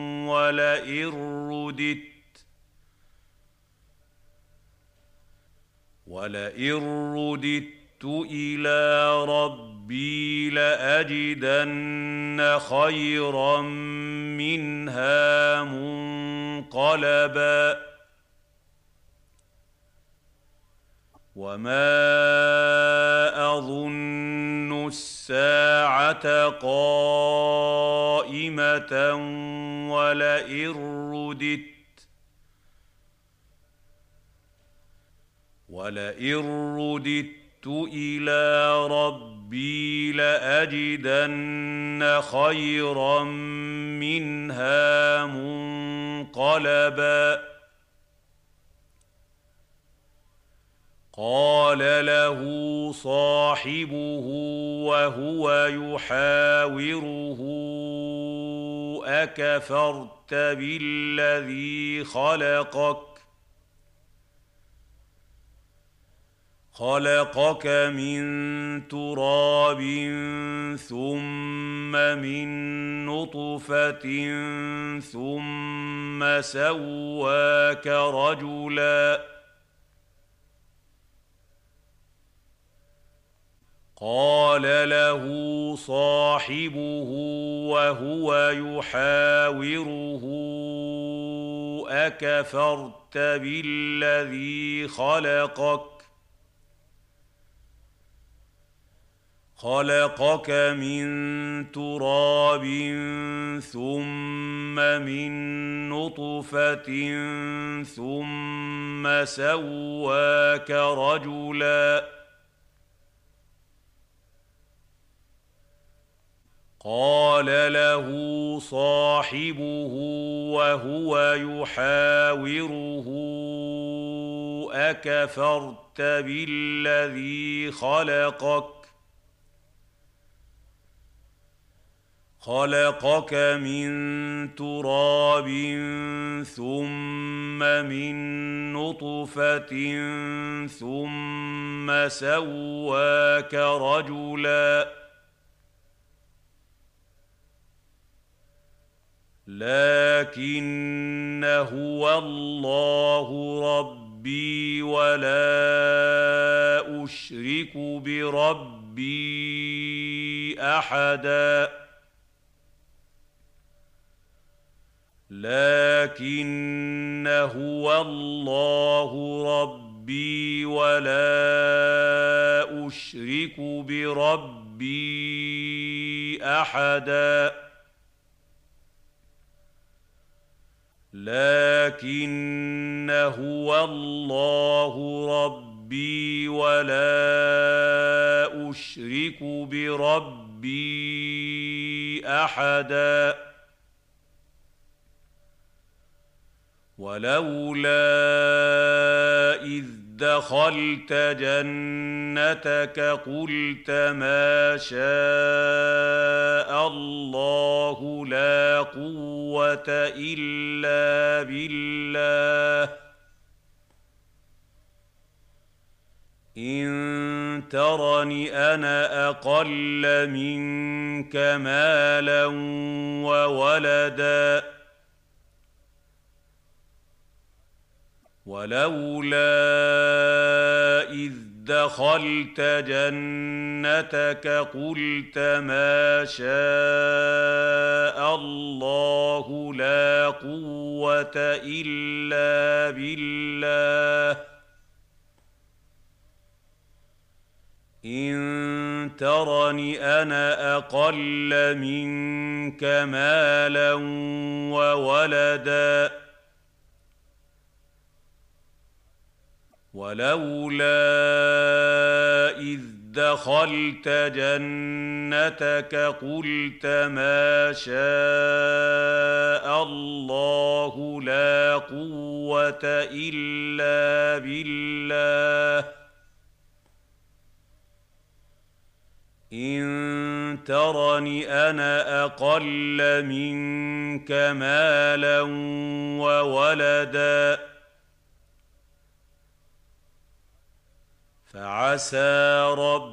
ولئن رددت إلى ربي لأجدن خيرا منها منقلبا وما أظن الساعة قائمة ولئن رددت إلى ربي لأجدن خيرا منها منقلبا قال له صاحبه وهو يحاوره أكفرت بالذي خلقك من تراب ثم من نطفة ثم سواك رجلا قال له صاحبه وهو يحاوره أكفرت بالذي خلقك من تراب ثم من نطفة ثم سواك رجلا قال له صاحبه وهو يحاوره أكفرت بالذي خلقك من تراب ثم من نطفة ثم سواك رجلا لكن هو الله ربي ولا أشرك بربي أحدا لكن هو الله ربي ربي ولا أشرك بربي أحدا لكن هو الله ربي ولا أشرك بربي أحدا ولولا إذ دخلت جنتك قلت ما شاء الله لا قوة إلا بالله إن ترني أنا أقل منك مالا وولدا ولولا إذ دخلت جنتك قلت ما شاء الله لا قوة إلا بالله إن ترني أنا أقل منك مالا وولدا ولولا إذ دخلت جنتك قلت ما شاء الله لا قوة إلا بالله إن ترني أنا أقل منك مالا وولدا فعسى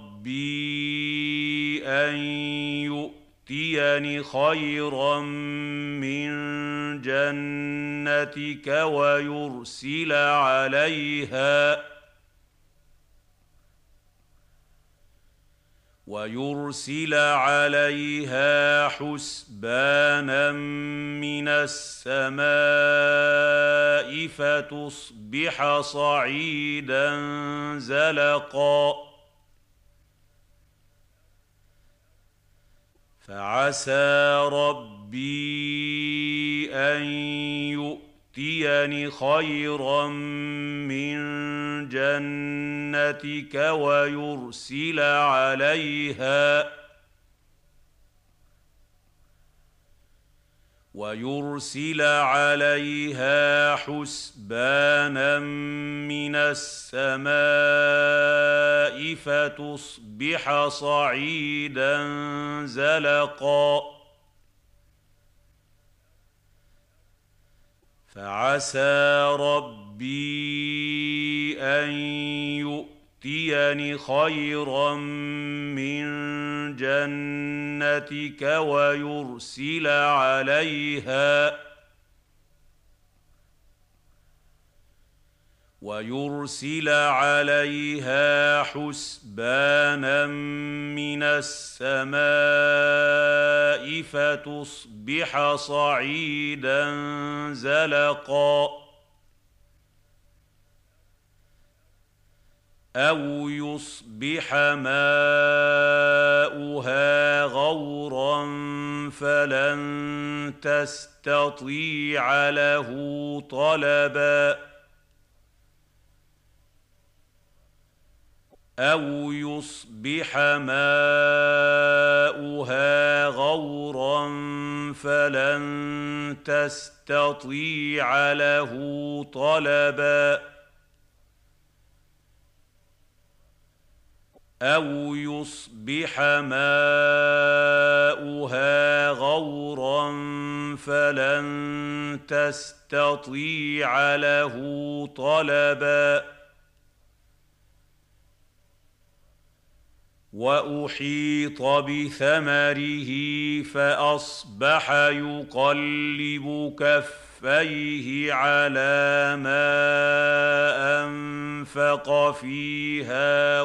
ربي أن يؤتيني خيرا من جنتك ويرسل عليها حسبانا من السماء فتصبح صعيدا زلقا فعسى ربي أن يؤتيني خيرا من جنتك ويرسل عليها حسبانا من السماء فتصبح صعيدا زلقا فعسى ربي أن يؤتيني خيرا من جنتك ويرسل عليها حسبانا من السماء فتصبح صعيدا زلقا أو يصبح ماؤها غورا فلن تستطيع له طلبا أو يصبح ماؤها غورا فلن تستطيع له طلبا أو يصبح ماؤها غورا فلن تستطيع له طلبا وأحيط بثمره فأصبح يقلب كفيه على ما أنفق فيها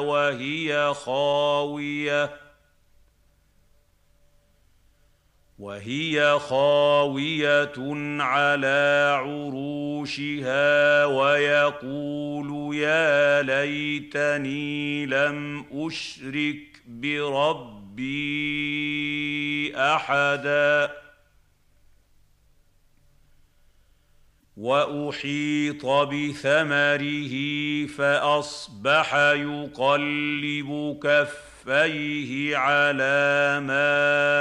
وهي خاوية على عروشها ويقول يا ليتني لم أشرك بربي أحدا وأحيط بثمره فأصبح يقلب كفيه على ما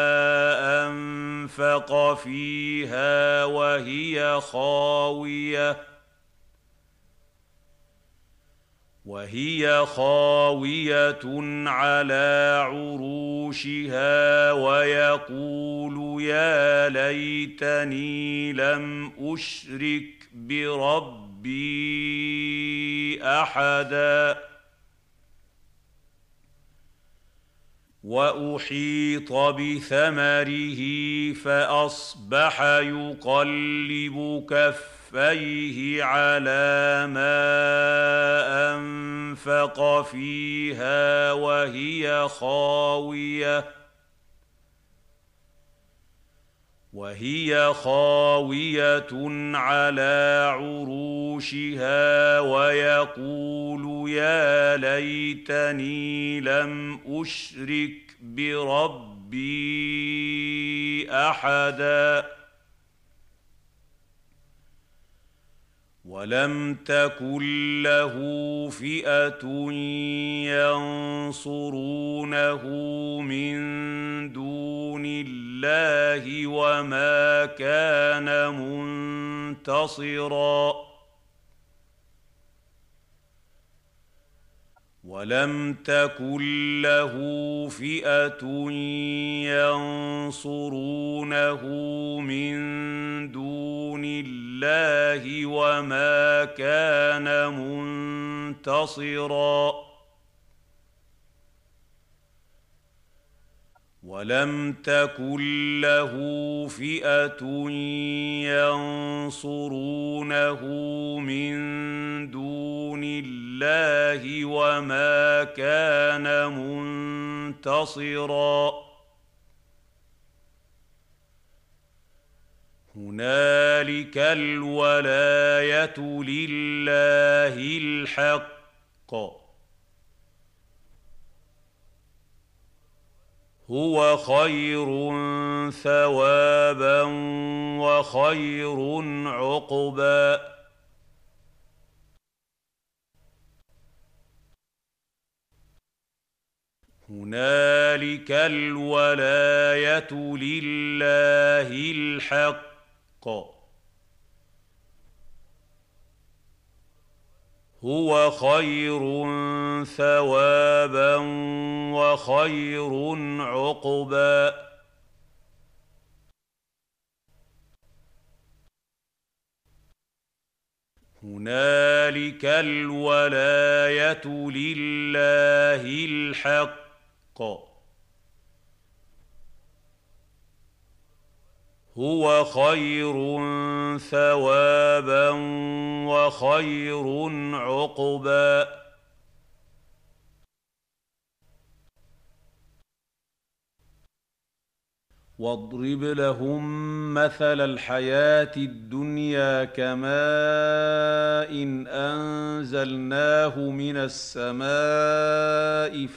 أنفق فيها وهي خاوية على عروشها ويقول يا ليتني لم أشرك بربي أحدا وأحيط بثمره فأصبح يقلب كفيه على ما أنفق فيها وهي خاوية على عروشها ويقول يا ليتني لم أشرك بربي أحدا ولم تكن له فئة ينصرونه من دون الله وما كان منتصرا ولم تكن له فئة ينصرونه من دون الله وما كان منتصرا ولم تكن له فئة ينصرونه من دون الله وما كان منتصرا هنالك الولاية لله الحق هو خير ثوابا وخير عقبا هنالك الولاية لله الحق هو خير ثوابا وخير عقبا هنالك الولاية لله الحق هو خير ثوابا وخير عقبا واضرب لهم مثل الحياة الدنيا كماء أنزلناه من السماء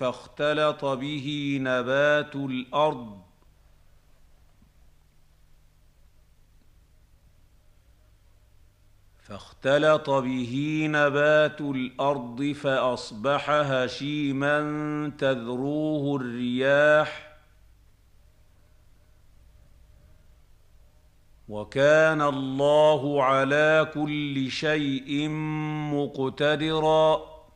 فاختلط به نبات الأرض فأصبح هشيما تذروه الرياح وكان الله على كل شيء مقتدرا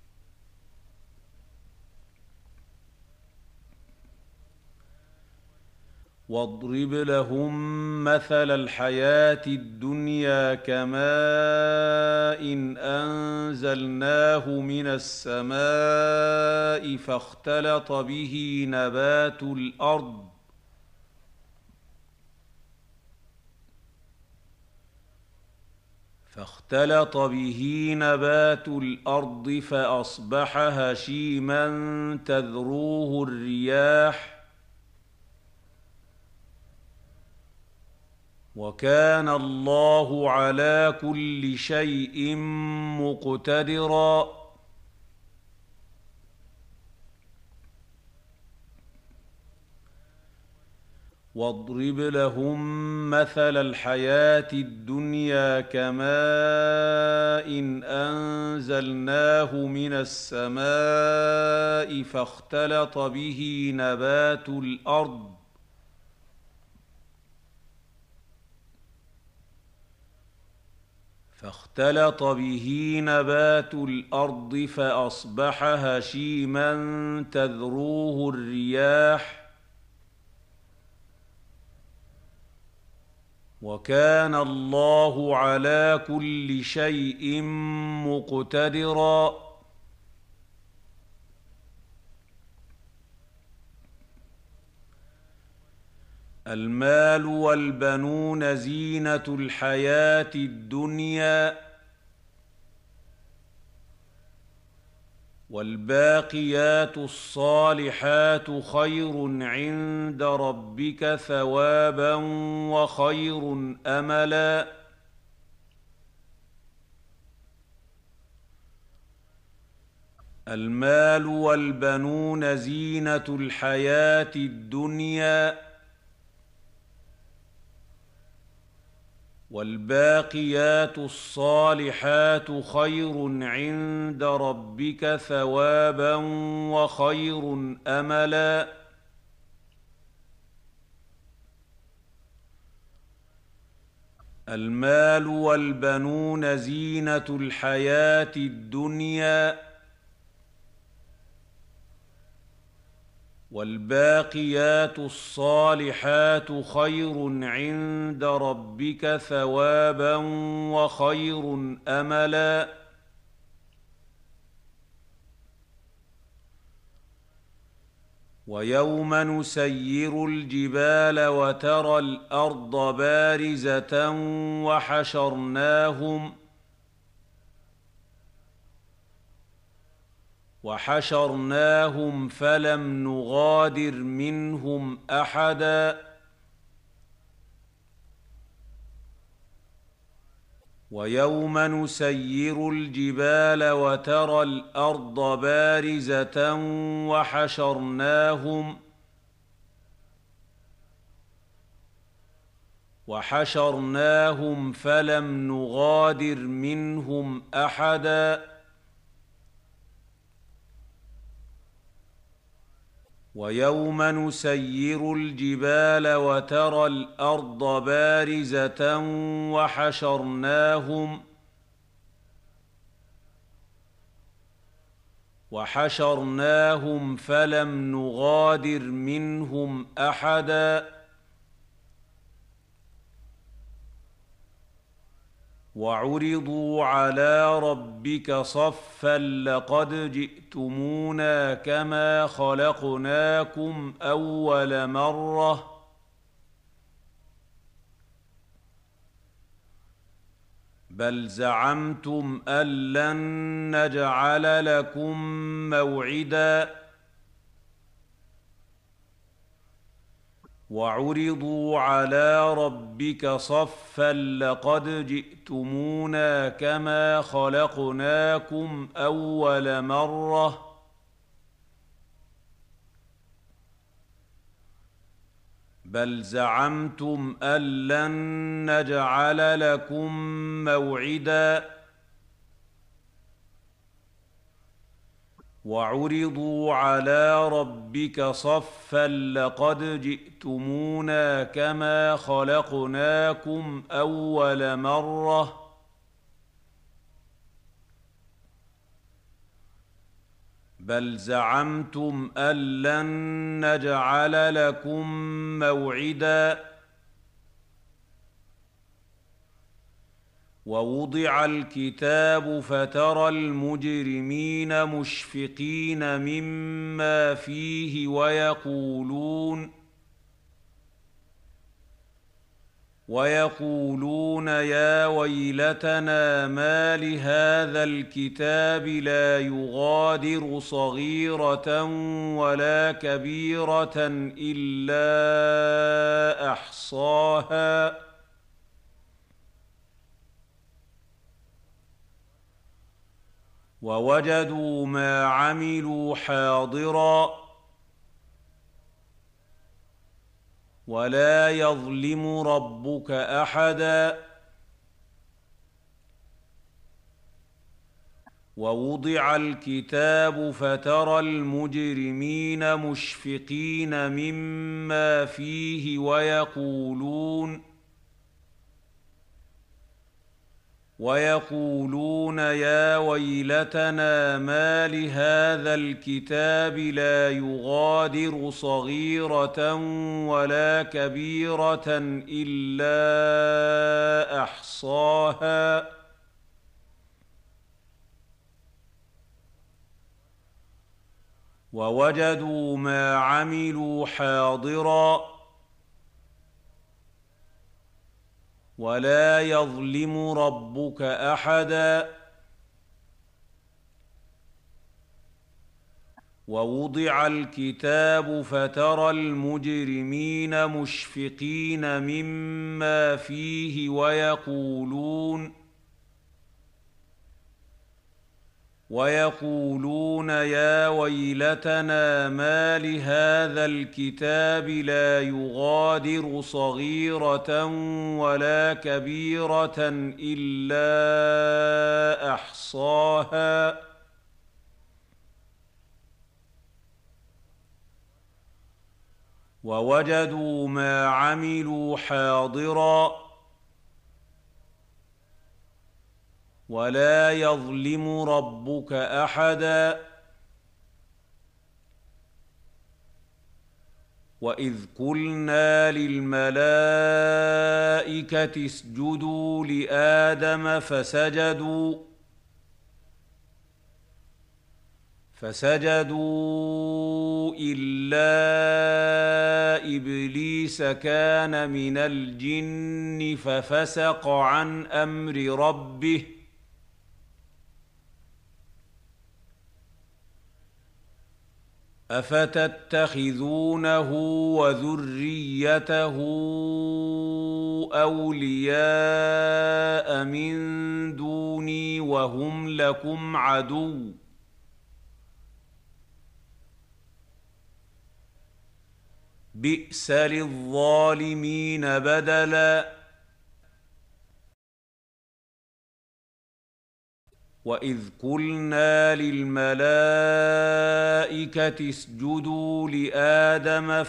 واضرب لهم مثل الحياة الدنيا كماء أنزلناه من السماء فاختلط به نبات الأرض فأصبح هشيما تذروه الرياح وكان الله على كل شيء مقتدرا واضرب لهم مثل الحياة الدنيا كماء أنزلناه من السماء فاختلط به نبات الأرض فأصبح هشيما تذروه الرياح وكان الله على كل شيء مقتدرا المال والبنون زينة الحياة الدنيا والباقيات الصالحات خير عند ربك ثوابا وخير أملا المال والبنون زينة الحياة الدنيا والباقيات الصالحات خير عند ربك ثوابا وخير أملا المال والبنون زينة الحياة الدنيا والباقيات الصالحات خير عند ربك ثوابا وخير أملا ويوم نسير الجبال وترى الأرض بارزة وحشرناهم فلم نغادر منهم أحدا ويوم نسير الجبال وترى الأرض بارزة وحشرناهم فلم نغادر منهم أحدا ويوم نسير الجبال وترى الأرض بارزة وحشرناهم فلم نغادر منهم أحدا وعرضوا على ربك صفا لقد جئتمونا كما خلقناكم أول مرة بل زعمتم أن لن نجعل لكم موعدا وعرضوا على ربك صفا لقد جئتمونا كما خلقناكم أول مرة بل زعمتم أن لن نجعل لكم موعدا وعرضوا على ربك صفا لقد جئتمونا كما خلقناكم أول مرة بل زعمتم أن لن نجعل لكم موعدا ووضع الكتاب فترى المجرمين مشفقين مما فيه ويقولون يا ويلتنا ما لهذا الكتاب لا يغادر صغيرة ولا كبيرة إلا أحصاها ووجدوا ما عملوا حاضرا ولا يظلم ربك أحدا. ووضع الكتاب فترى المجرمين مشفقين مما فيه ويقولون يا ويلتنا ما لهذا الكتاب لا يغادر صغيرة ولا كبيرة إلا أحصاها ووجدوا ما عملوا حاضرا ولا يظلم ربك أحدا. ووضع الكتاب فترى المجرمين مشفقين مما فيه ويقولون يا ويلتنا ما لهذا الكتاب لا يغادر صغيرة ولا كبيرة إلا أحصاها ووجدوا ما عملوا حاضرا ولا يظلم ربك أحدا. وإذ قلنا للملائكة اسجدوا لآدم فسجدوا إلا إبليس كان من الجن ففسق عن أمر ربه أفتتخذونه وذريته أولياء من دوني وهم لكم عدو بئس للظالمين بدلا. وإذ قلنا للملائكة اسجدوا لآدم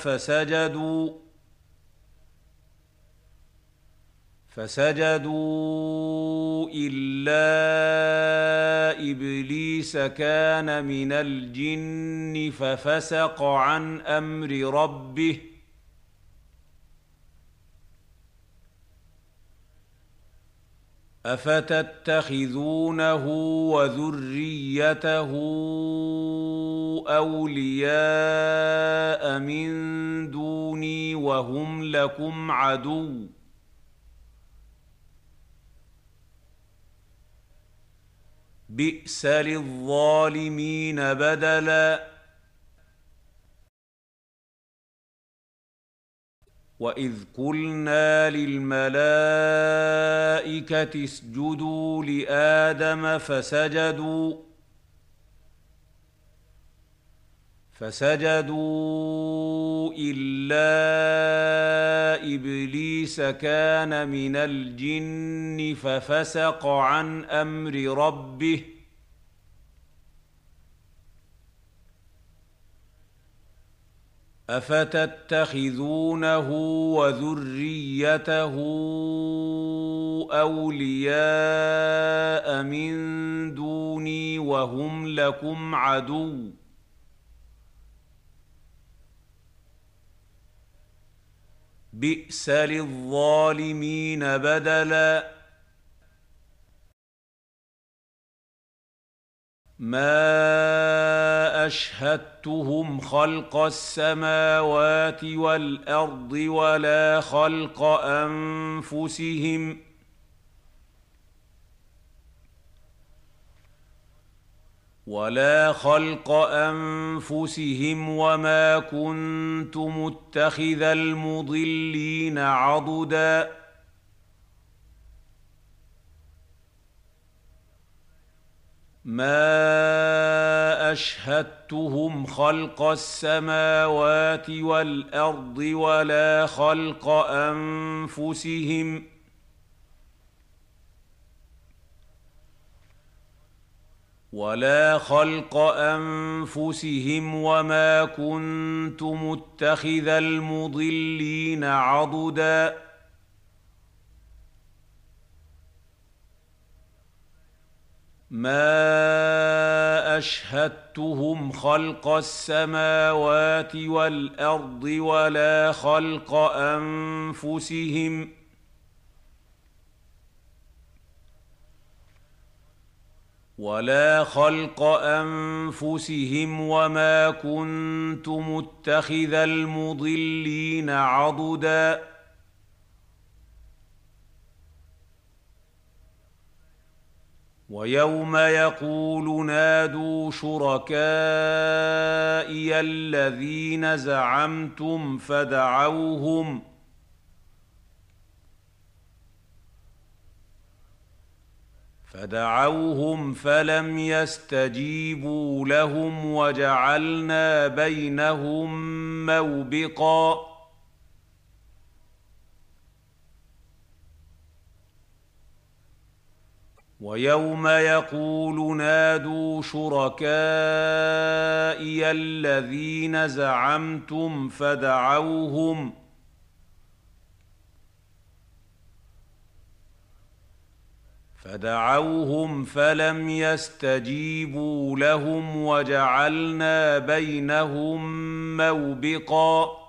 فسجدوا إلا إبليس كان من الجن ففسق عن أمر ربه أفتتخذونه وذريته أولياء من دوني وهم لكم عدو بئس للظالمين بدلا. وإذ قلنا للملائكة اسجدوا لآدم فسجدوا إلا إبليس كان من الجن ففسق عن أمر ربه أفتتخذونه وذريته أولياء من دوني وهم لكم عدو بئس للظالمين بدلا. ما أشهدتهم خلق السماوات والأرض ولا خلق أنفسهم وما كنت متخذ المضلين عضدا ما أشهدتهم خلق السماوات والأرض ولا خلق أنفسهم وما كنت متخذ المضلين عضدا ما أشهدتهم خلق السماوات والأرض ولا خلق أنفسهم وما كنت متخذ المضلين عضدا ويوم يقول نادوا شركائي الذين زعمتم فدعوهم فلم يستجيبوا لهم وجعلنا بينهم موبقا ويوم يقول نادوا شركائي الذين زعمتم فدعوهم فلم يستجيبوا لهم وجعلنا بينهم موبقا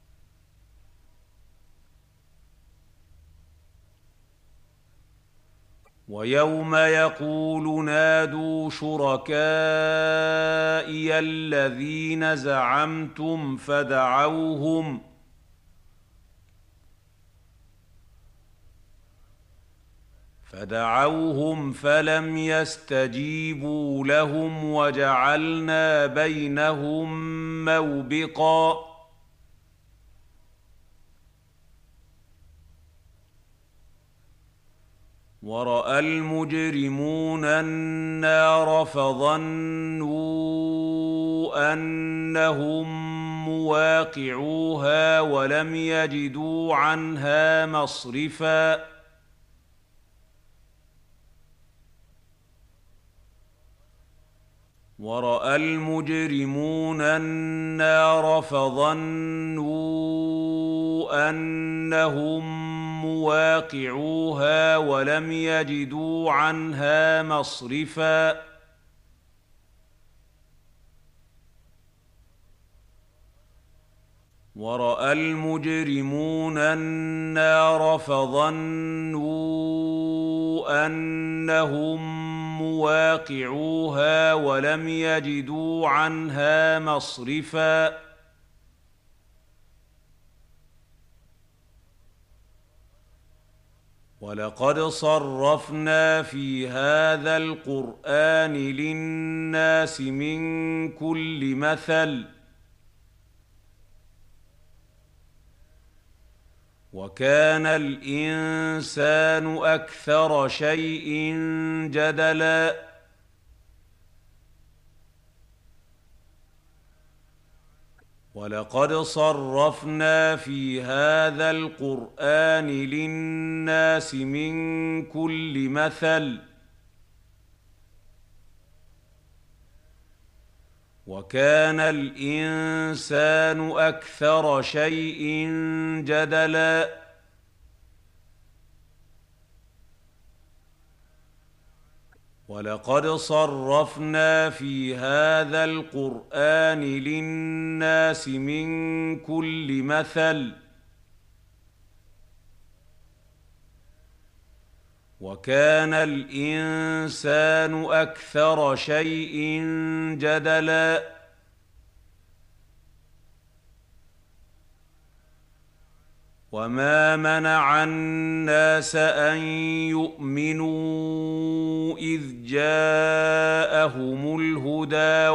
ويوم يقول نادوا شركائي الذين زعمتم فدعوهم فلم يستجيبوا لهم وجعلنا بينهم موبقا ورأى المجرمون النار فظنوا أنهم مواقعوها ولم يجدوا عنها مصرفا ورأى المجرمون النار فظنوا أنهم مواقعوها ولم يجدوا عنها مصرفا ورأى المجرمون النار فظنوا أنهم مواقعوها ولم يجدوا عنها مصرفا ولقد صرفنا في هذا القرآن للناس من كل مثل وكان الإنسان أكثر شيء جدلا ولقد صرفنا في هذا القرآن للناس من كل مثل وكان الإنسان أكثر شيء جدلا ولقد صرفنا في هذا القرآن للناس من كل مثل وكان الإنسان أكثر شيء جدلا وما منع الناس أن يؤمنوا إذ جاءهم الهدى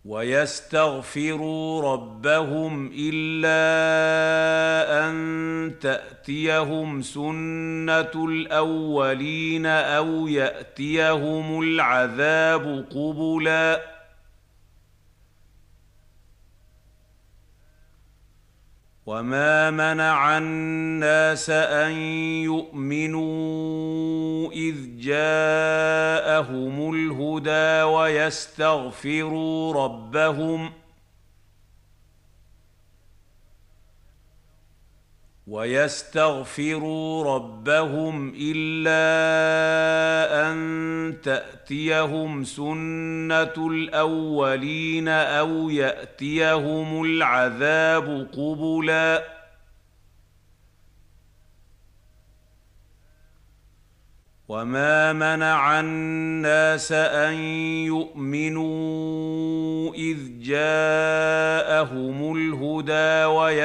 ويستغفروا ربهم إلا أن تأتيهم سنة الأولين أو يأتيهم العذاب قبلا وما منع الناس أن يؤمنوا إذ جاءهم الهدى ويستغفروا ربهم إلا أن تأتيهم سنة الأولين أو يأتيهم العذاب قبلا وما منع الناس أن يؤمنوا إذ جاءهم الهدى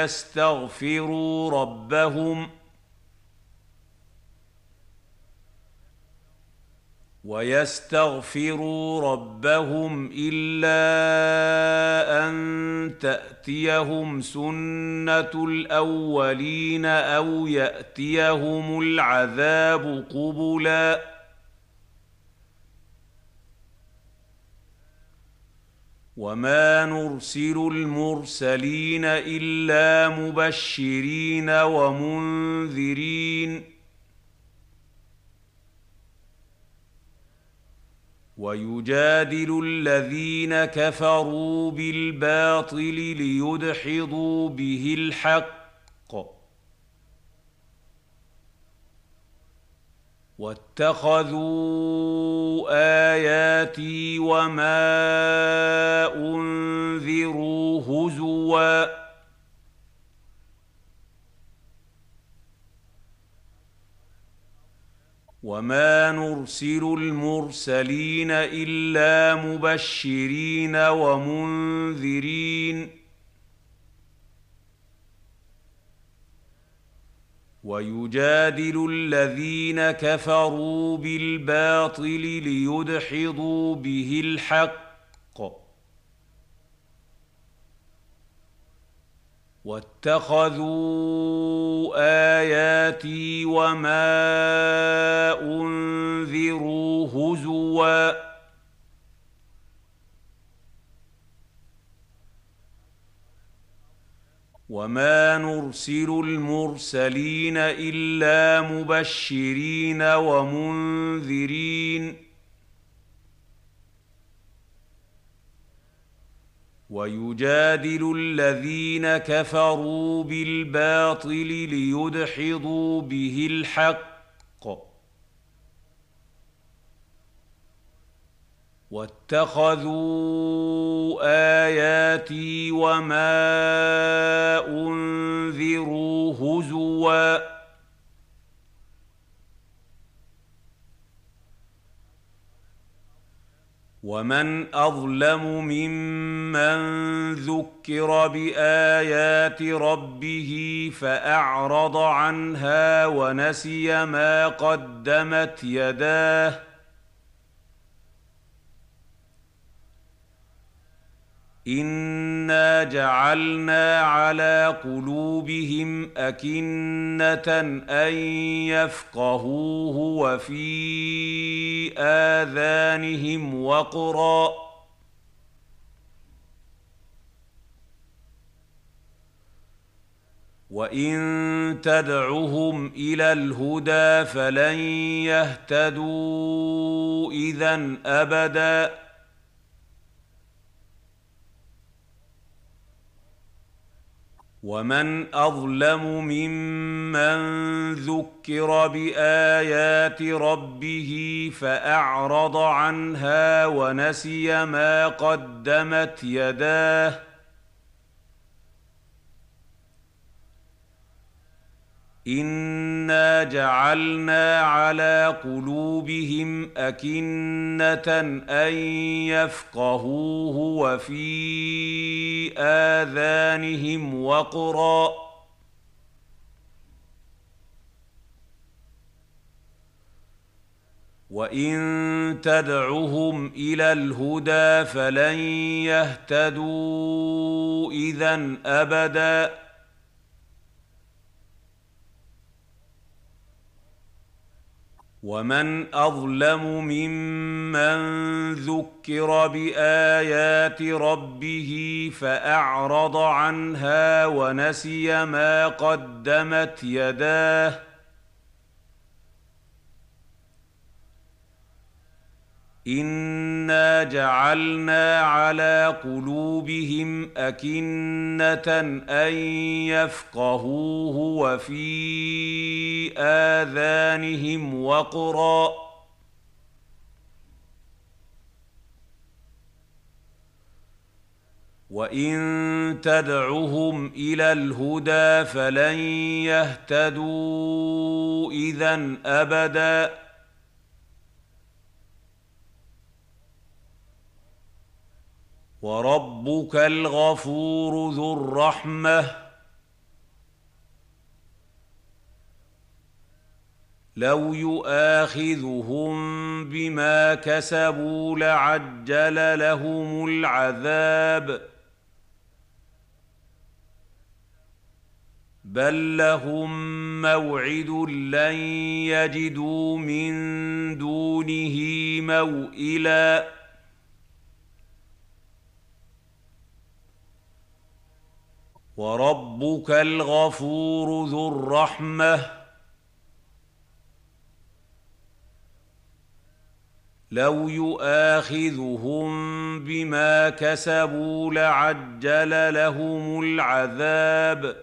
ويستغفروا ربهم إلا أن تأتيهم سنة الأولين أو يأتيهم العذاب قبلا وما نرسل المرسلين إلا مبشرين ومنذرين ويجادل الذين كفروا بالباطل ليدحضوا به الحق واتخذوا آياتي وما أنذروا هزوا وما نرسل المرسلين إلا مبشرين ومنذرين ويجادل الذين كفروا بالباطل ليدحضوا به الحق واتخذوا آياتي وما أنذروا هزوا وما نرسل المرسلين إلا مبشرين ومنذرين ويجادل الذين كفروا بالباطل ليدحضوا به الحق واتخذوا آياتي وما أنذروا هزوا ومن أظلم ممن ذكر بآيات ربه فأعرض عنها ونسي ما قدمت يداه إنا جعلنا على قلوبهم أكنة أن يفقهوه وفي آذانهم وقرا وإن تدعهم إلى الهدى فلن يهتدوا إذًا أبداً ومن أظلم ممن ذكر بآيات ربه فأعرض عنها ونسي ما قدمت يداه إنا جعلنا على قلوبهم أكنة أن يفقهوه وفي آذانهم وقرا وان تدعهم الى الهدى فلن يهتدوا اذا ابدا ومن اظلم ممن ذكر بايات ربه فاعرض عنها ونسي ما قدمت يداه انا جعلنا على قلوبهم اكنه ان يفقهوه وفي اذانهم وقرا وان تدعهم الى الهدى فلن يهتدوا اذا ابدا وربك الغفور ذو الرحمه لو يؤاخذهم بما كسبوا لعجل لهم العذاب بل لهم موعد لن يجدوا من دونه موئلا وربك الغفور ذو الرحمه لو يؤاخذهم بما كسبوا لعجل لهم العذاب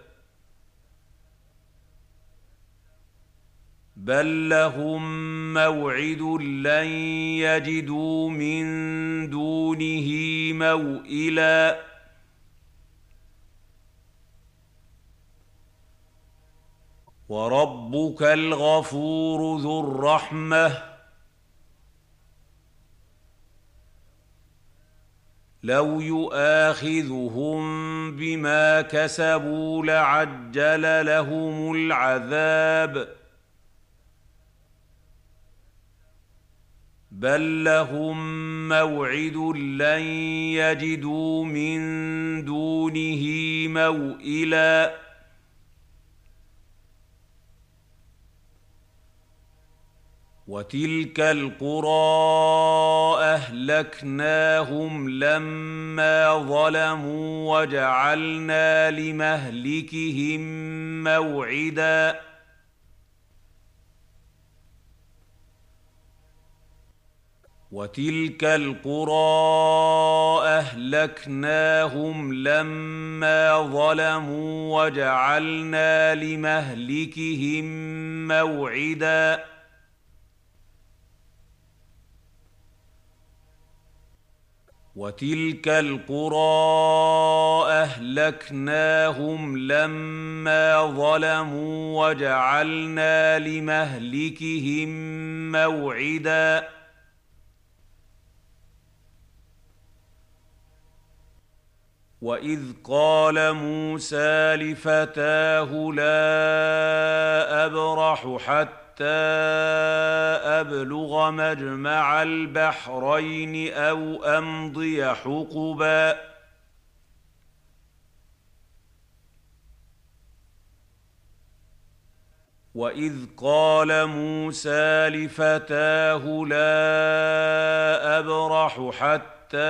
بل لهم موعد لن يجدوا من دونه موئلا وربك الغفور ذو الرحمه لو يؤاخذهم بما كسبوا لعجل لهم العذاب بل لهم موعد لن يجدوا من دونه موئلا وتلك القرى اهلكناهم لما ظلموا وجعلنا لمهلكهم موعدا وتلك القرى اهلكناهم لما ظلموا وجعلنا لمهلكهم موعدا وتلك القرى اهلكناهم لما ظلموا وجعلنا لمهلكهم موعدا واذ قال موسى لفتاه لا ابرح حتى أبلغ مجمع البحرين أو أمضي حقبا وإذ قال موسى لفتاه لا أبرح حتى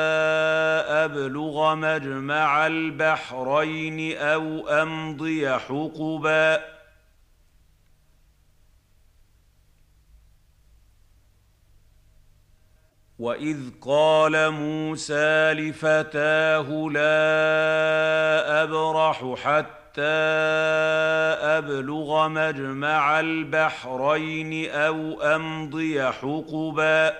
أبلغ مجمع البحرين أو أمضي حقبا وإذ قال موسى لفتاه لا أبرح حتى أبلغ مجمع البحرين أو أمضي حقبا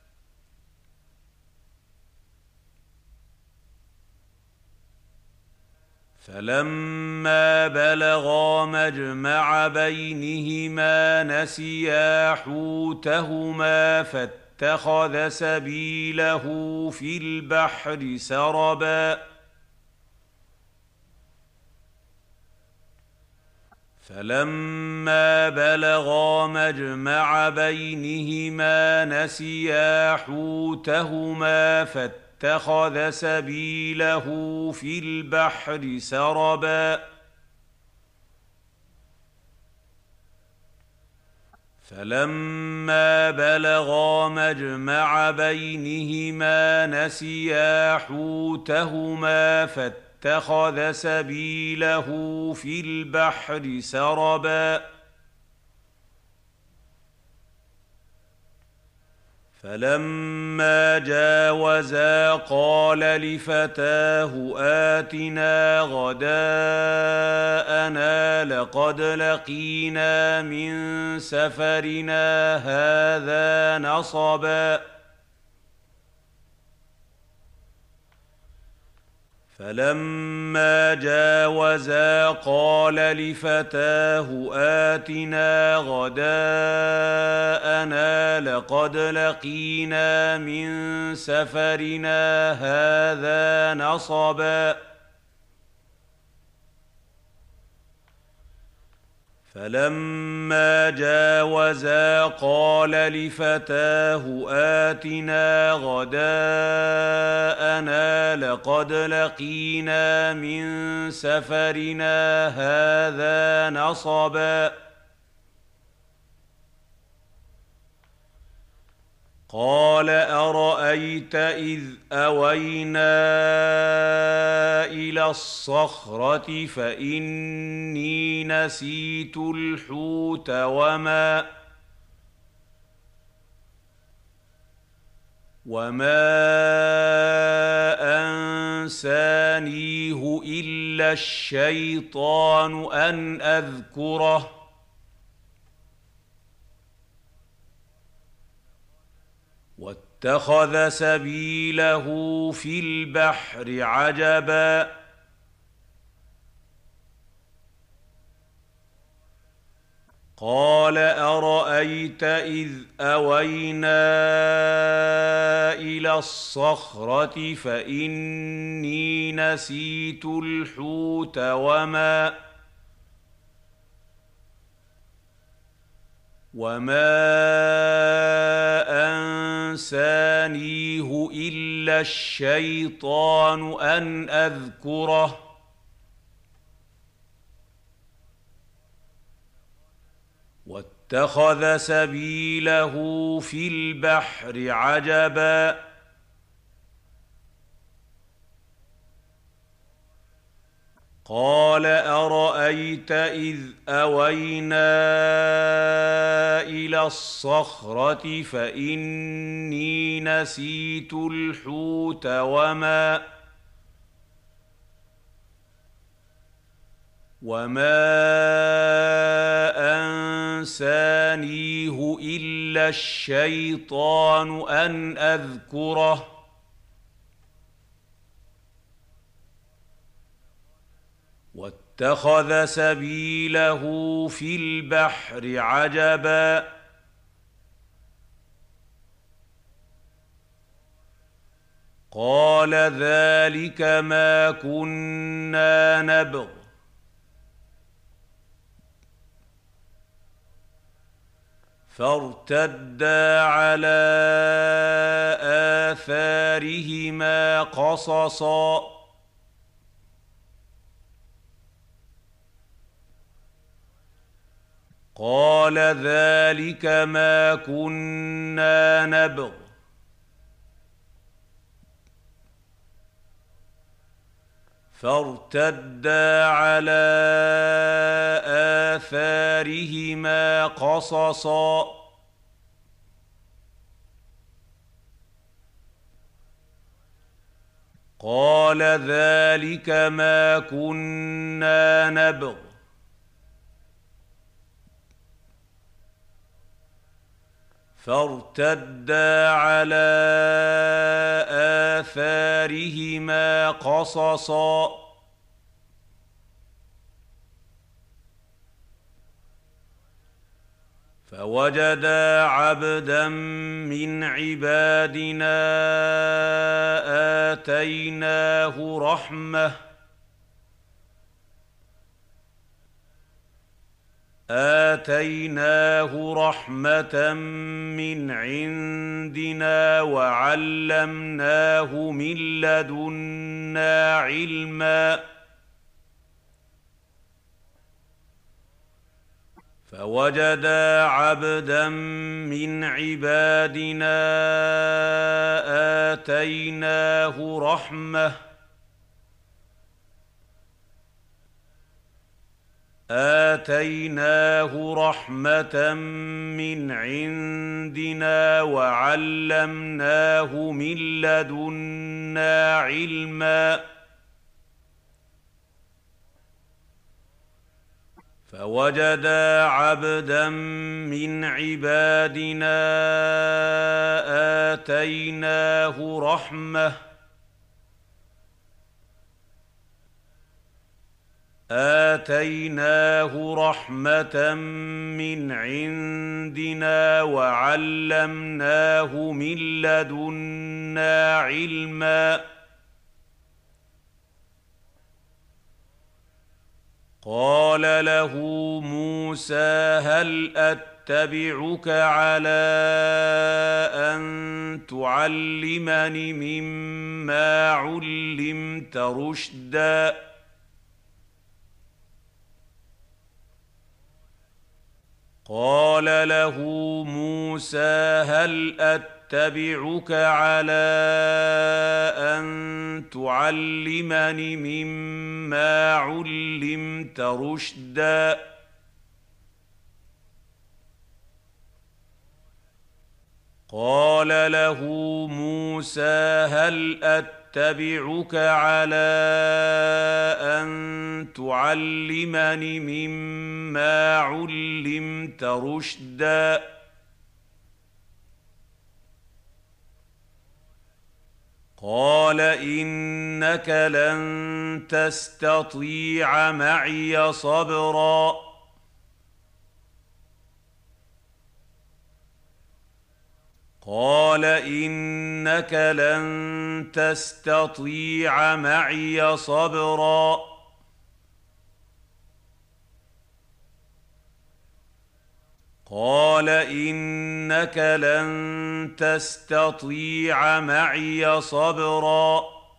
فلما بلغا مجمع بينهما نسيا حوتهما فاتخذ سبيله في البحر سربا فلما بلغا مجمع بينهما نسيا حوتهما فاتخذ سبيله في البحر سربا فلما بلغا مجمع بينهما نسيا حوتهما فاتخذ سبيله في البحر سربا فلما جاوزا قال لفتاه آتنا غداءنا لقد لقينا من سفرنا هذا نصبا فلما جاوزا قال لفتاه آتنا غداءنا لقد لقينا من سفرنا هذا نصبا فلما جاوزا قال لفتاه آتنا غداءنا لقد لقينا من سفرنا هذا نصبا قال أرأيت إذ أوينا إلى الصخرة فإني نسيت الحوت وما أنسانيه إلا الشيطان أن أذكره واتخذ سبيله في البحر عجبا قال أرأيت إذ أوينا إلى الصخرة فإني نسيت الحوت وما أنسانيه إلا الشيطان أن أذكره واتخذ سبيله في البحر عجبا قال أرأيت إذ أوينا إلى الصخرة فإني نسيت الحوت وما أنسانيه إلا الشيطان أن أذكره واتخذ سبيله في البحر عجبا قال ذلك ما كنا نبغ فارتدا على آثارهما قصصا قال ذلك ما كنا نبغ فارتدا على آثارهما قصصا قال ذلك ما كنا نبغ فارتدا على آثارهما قصصا فوجدا عبدا من عبادنا آتيناه رحمة من عندنا وعلمناه من لدنا علما فوجدا عبدا من عبادنا آتيناه رحمة من عندنا وعلمناه من لدنا علما فوجدا عبدا من عبادنا آتيناه رحمة من عندنا وعلمناه من لدنا علما قال له موسى هل أتبعك على أن تعلمني مما علمت رشدا قال له موسى هل أتبعك على أن تعلمني مما علمت رشدا قال له موسى هل أتبعك على أن تعلمني مما علمت رشدا قال إنك لن تستطيع معي صبرا قال إنك لن تستطيع معي صبرا قال إنك لن تستطيع معي صبرا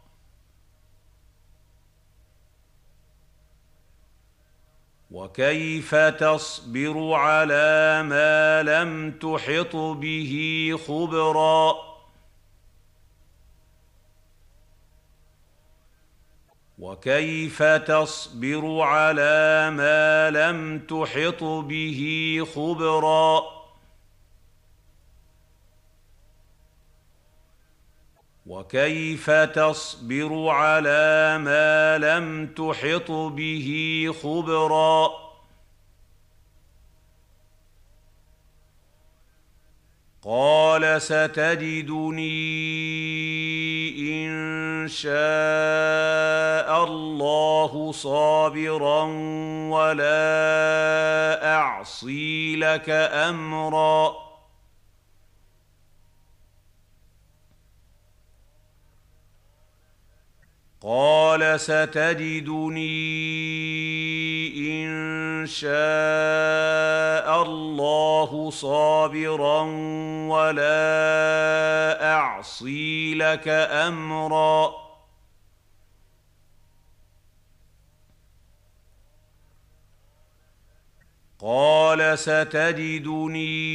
وكيف تصبر على ما لم تحط به خبرا وكيف تصبر على ما لم تحط به خبرا وكيف تصبر على ما لم تحط به خبرا قال ستجدني إن شاء الله صابرا ولا أعصي لك أمرا قال ستجدني إن شاء الله صابرا ولا أعصي لك أمرا قال ستجدني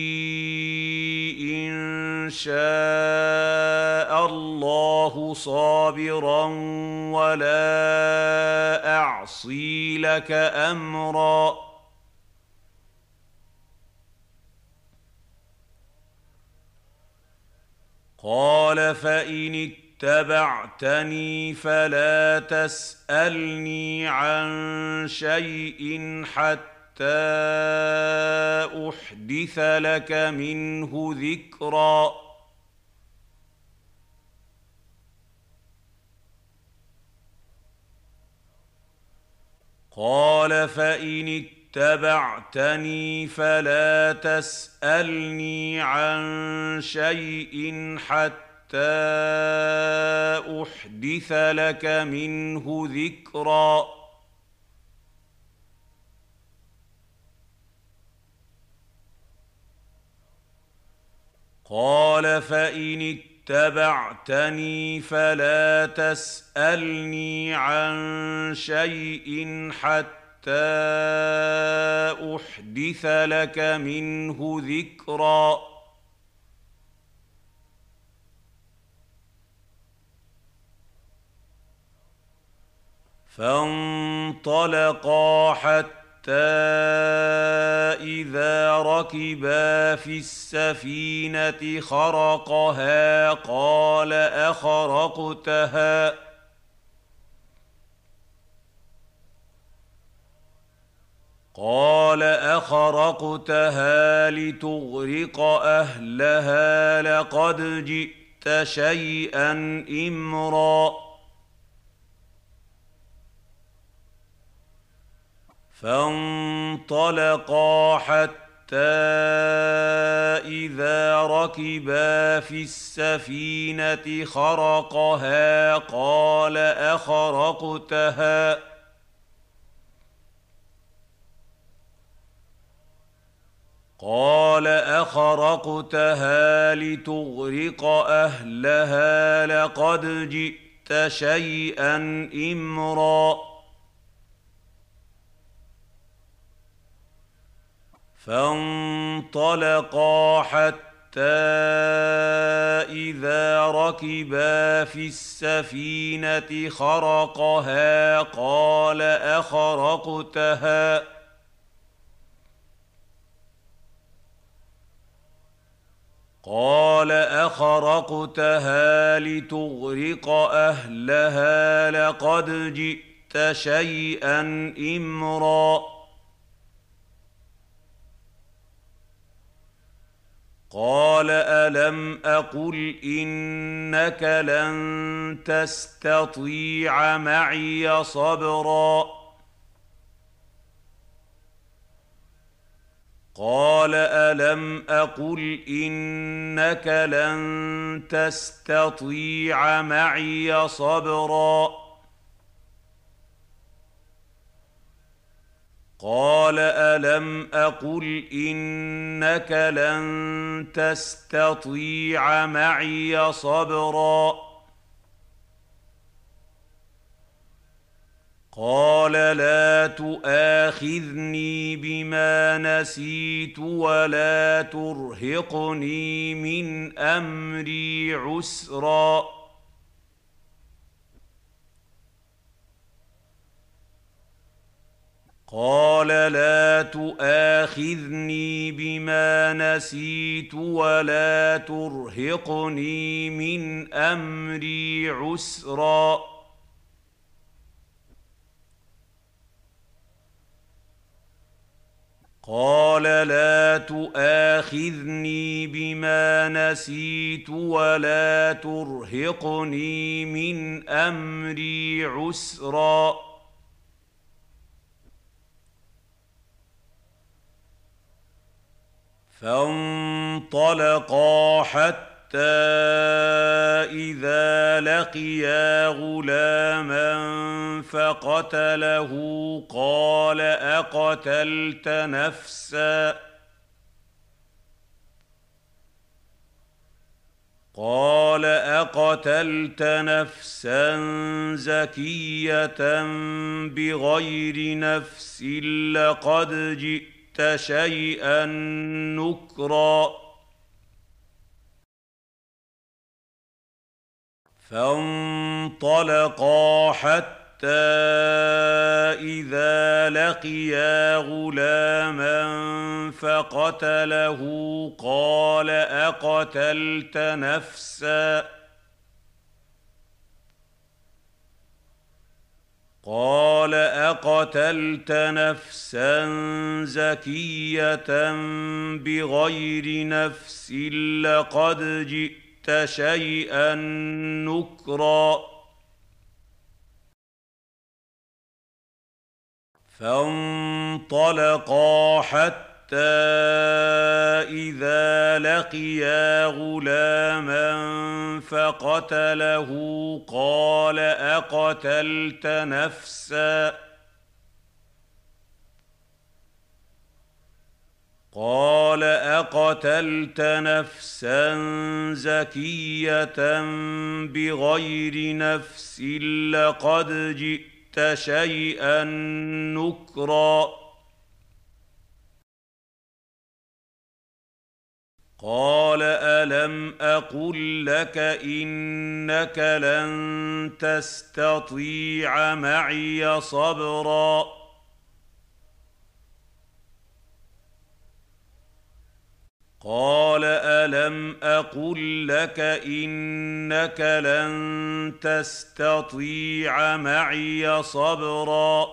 إن شاء الله صابرا ولا أعصي لك أمرا قال فإن اتبعتني فلا تسألني عن شيء حتى أحدث لك منه ذكرا قال فإن اتبعتني فلا تسألني عن شيء حتى أحدث لك منه ذكرا قال فإن اتبعتني فلا تسألني عن شيء حتى أحدث لك منه ذكرا فانطلقا حتى إذا ركبا في السفينة خرقها قال أخرقتها لتغرق أهلها لقد جئت شيئا إمرا فانطلقا حتى إذا ركبا في السفينة خرقها قال أخرقتها لتغرق أهلها لقد جئت شيئا إمرا فانطلقا حتى إذا ركبا في السفينة خرقها قال أخرقتها لتغرق أهلها لقد جئت شيئا إمرا قال ألم أقل إنك لن تستطيع معي صبرا قال ألم أقل إنك لن تستطيع معي صبرا قال ألم أقل إنك لن تستطيع معي صبرا قال لا تؤاخذني بما نسيت ولا ترهقني من أمري عسرا قال لا تؤاخذني بما نسيت ولا ترهقني من أمري عسرا قال لا تؤاخذني بما نسيت ولا ترهقني من أمري عسرا فانطلقا حتى إذا لقيا غلاما فقتله قال أقتلت نفسا زكية بغير نفس لقد جئت شيئا نكرا فانطلقا حتى إذا لقيا غلاما فقتله قال أقتلت نفسا زكية بغير نفس لقد جئت شيئا نكرا فانطلقا حتى إذا لقيا غلاما فقتله قال قال أقتلت نفسا زكية بغير نفس لقد جئت شيئا نكرا قال ألم أقل لك إنك لن تستطيع معي صبرا قال ألم أقل لك إنك لن تستطيع معي صبرا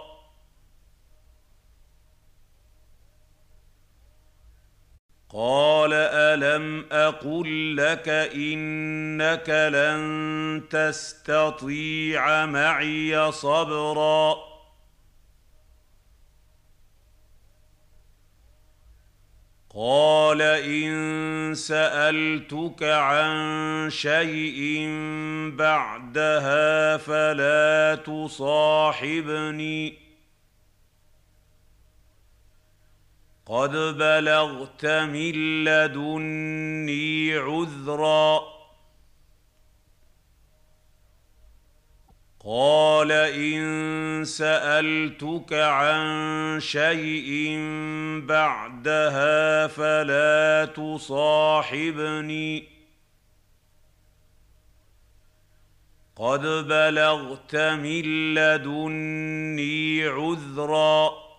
قال ألم أقل لك إنك لن تستطيع معي صبرا قال إن سألتك عن شيء بعدها فلا تصاحبني قد بلغت من لدني عذرا قال إن سألتك عن شيء بعدها فلا تصاحبني قد بلغت من لدني عذرا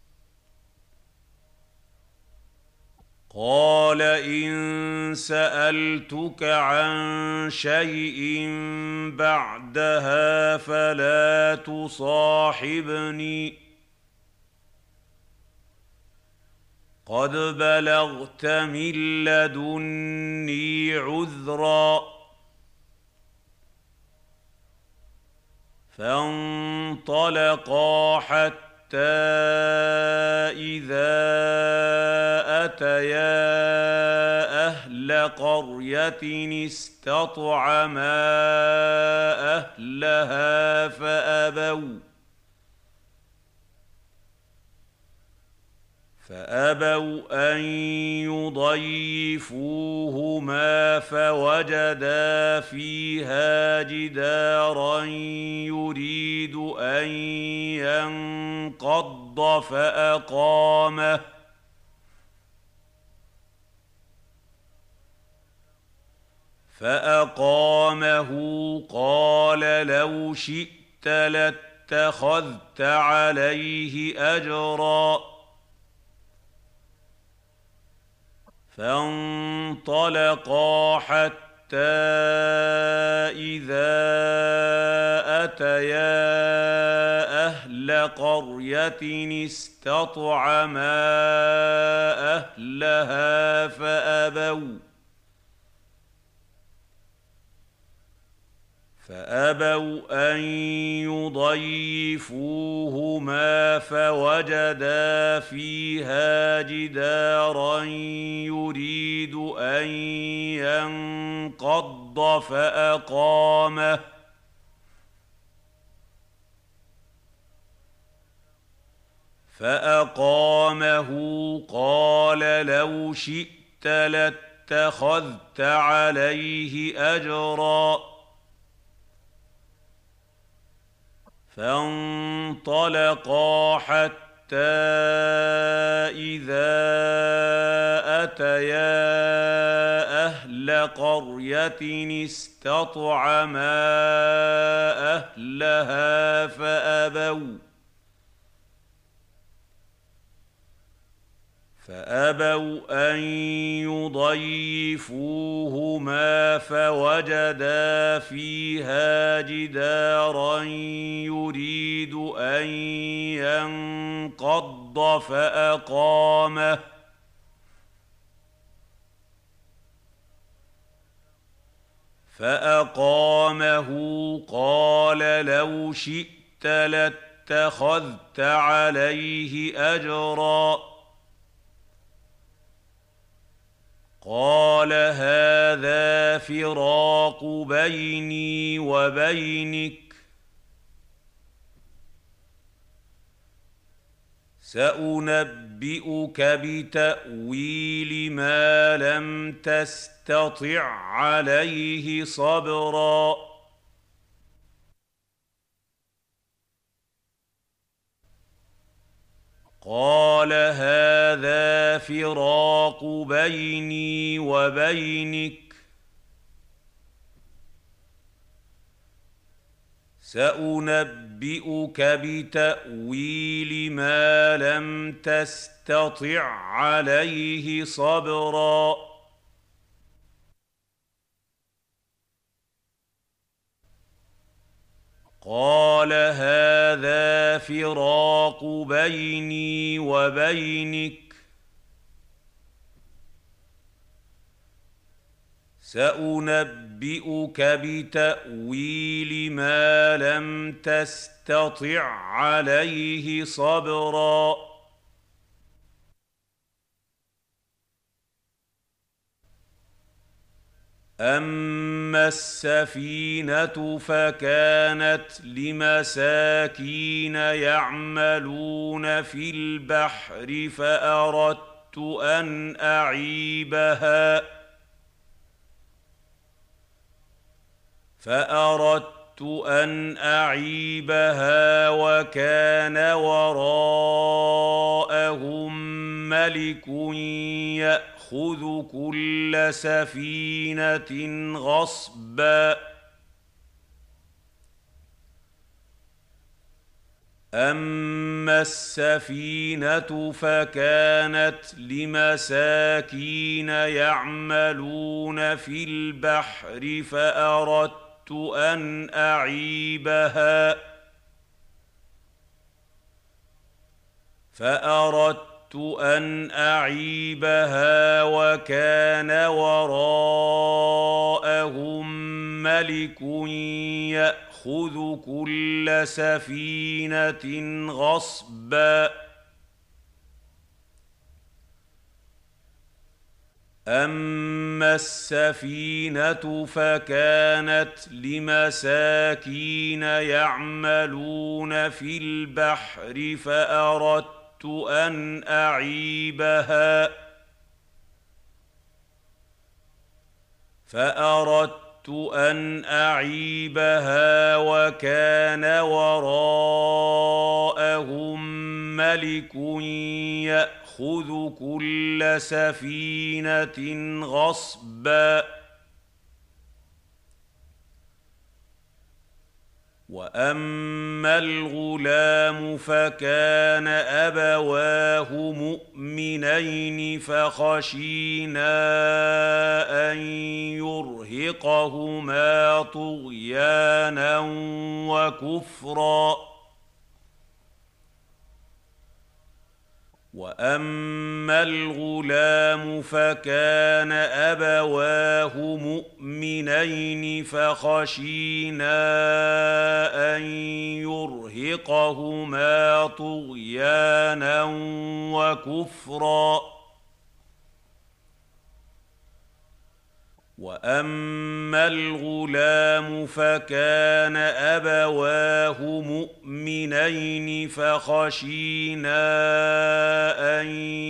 قال إن سألتك عن شيء بعدها فلا تصاحبني قد بلغت من لدني عذرا فانطلقا حتى إذا أتيا أهل قرية استطعما أهلها فأبوا أن يضيفوهما فوجدا فيها جدارا يريد أن ينقض فأقامه قال لو شئت لاتخذت عليه أجرا فانطلقا حتى إذا أتيا أهل قرية استطعما أهلها فأبوا أن يضيفوهما فوجدا فيها جدارا يريد أن ينقض فأقامه قال لو شئت لاتخذت عليه أجرا فانطلقا حتى إذا أتيا أهل قرية استطعما أهلها فأبوا أن يضيفوهما فوجدا فيها جدارا يريد أن ينقض فأقامه قال لو شئت لاتخذت عليه أجرا قال هذا فراق بيني وبينك سأنبئك بتأويل ما لم تستطع عليه صبرا قال هذا فراق بيني وبينك سأنبئك بتأويل ما لم تستطع عليه صبرا قال هذا فراق بيني وبينك سأنبئك بتأويل ما لم تستطع عليه صبرا أما السفينة فكانت لمساكين يعملون في البحر فأردت أن أعيبها وكان وراءهم ملك يأخذ كل سفينة غصبا أما السفينة فكانت لمساكين يعملون في البحر فأردت أن أعيبها وكان وراءهم ملك يأخذ كل سفينة غصبا أما السفينة فكانت لمساكين يعملون في البحر فأردت أن أعيبها وكان وراءهم ملك يأخذ كل سفينة غصبا وأما الغلام فكان أبواه مؤمنين فخشينا أن يرهقهما طغيانا وكفرا وأما الغلام فكان أبواه مؤمنين فخشينا أن يرهقهما طغيانا وكفرا وأما الغلام فكان أبواه مؤمنين فخشينا أن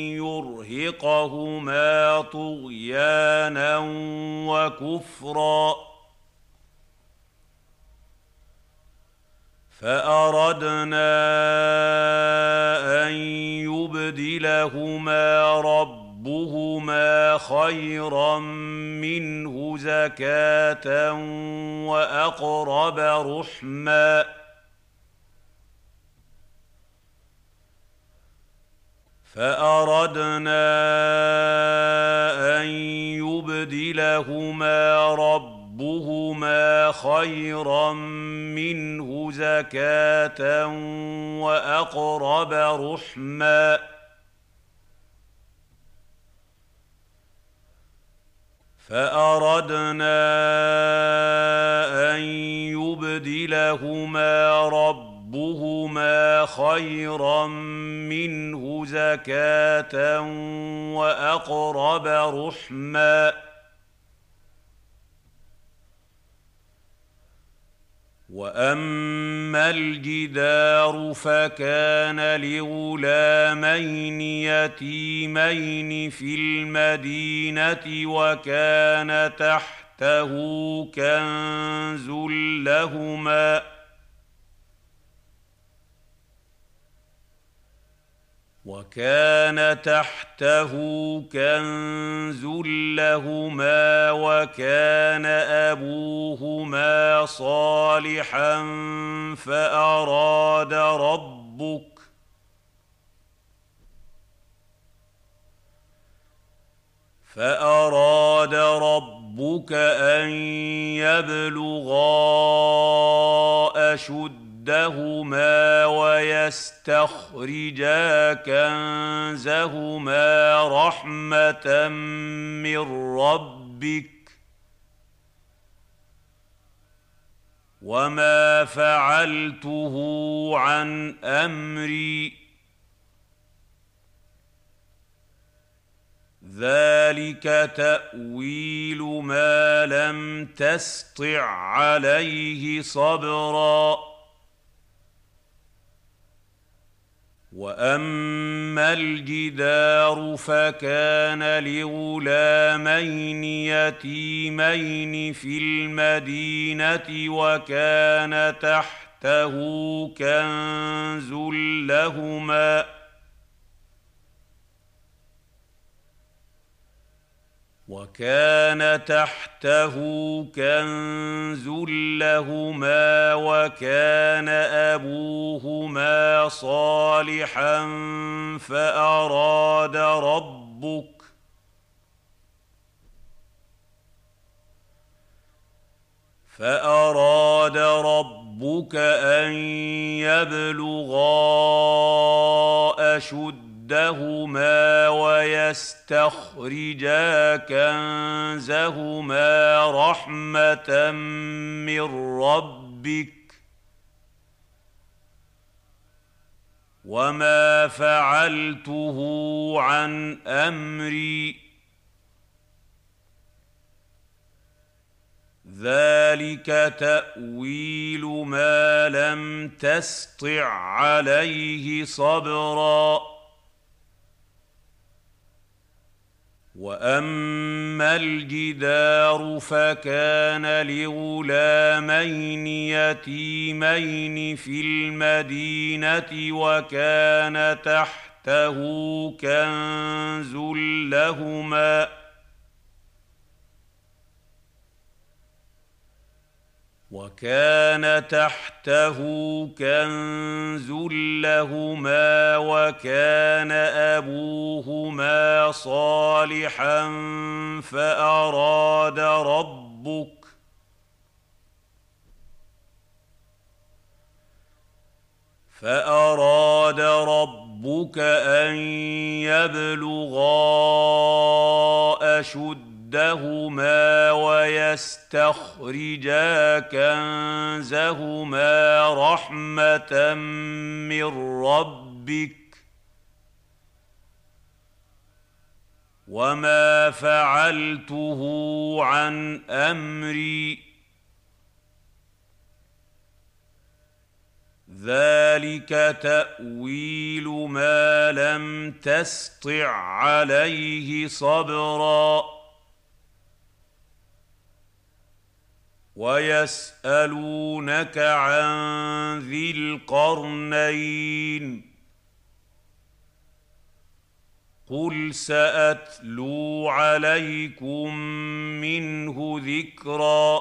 يرهقهما طغيانا وكفرا فأردنا أن يبدلهما ربهما خيرا منه زكاة وأقرب رحما فأردنا أن يبدلهما ربهما خيرا منه زكاة وأقرب رحما فأردنا أن يبدلهما ربهما خيرا منه زكاة وأقرب رحما وأما الجدار فكان لغلامين يتيمين في المدينة وكان تحته كنز لهما وكان أبوهما صالحا فأراد ربك أن يبلغا أشدهما ويستخرجا كنزهما رحمة من ربك وما فعلته عن أمري ذلك تأويل ما لم تسطع عليه صبرا وأما الجدار فكان لغلامين يتيمين في المدينة وكان تحته كنز لهما وكان أبوهما صالحا فأراد ربك أن يبلغا أشدهما ويستخرجا كنزهما رحمة من ربك وما فعلته عن أمري ذلك تأويل ما لم تسطع عليه صبرا وأما الجدار فكان لغلامين يتيمين في المدينة وكان تحته كنز لهما وكان أبوهما صالحا فأراد ربك أن يبلغا أشدهما ويستخرجا كنزهما رحمة من ربك وما فعلته عن أمري ذلك تأويل ما لم تسطع عليه صبرا ويسألونك عن ذي القرنين قل سأتلو عليكم منه ذكرا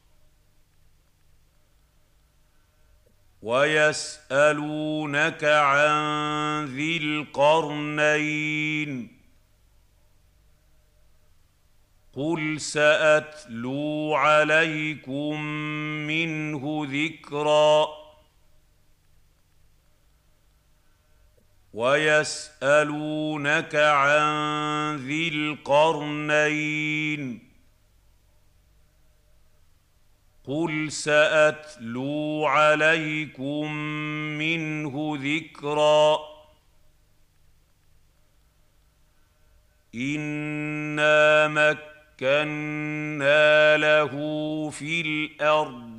ويسألونك عن ذي القرنين قل سأتلو عليكم منه ذكرا ويسألونك عن ذي القرنين قل سأتلو عليكم منه ذكرا إنا مكنا له في الأرض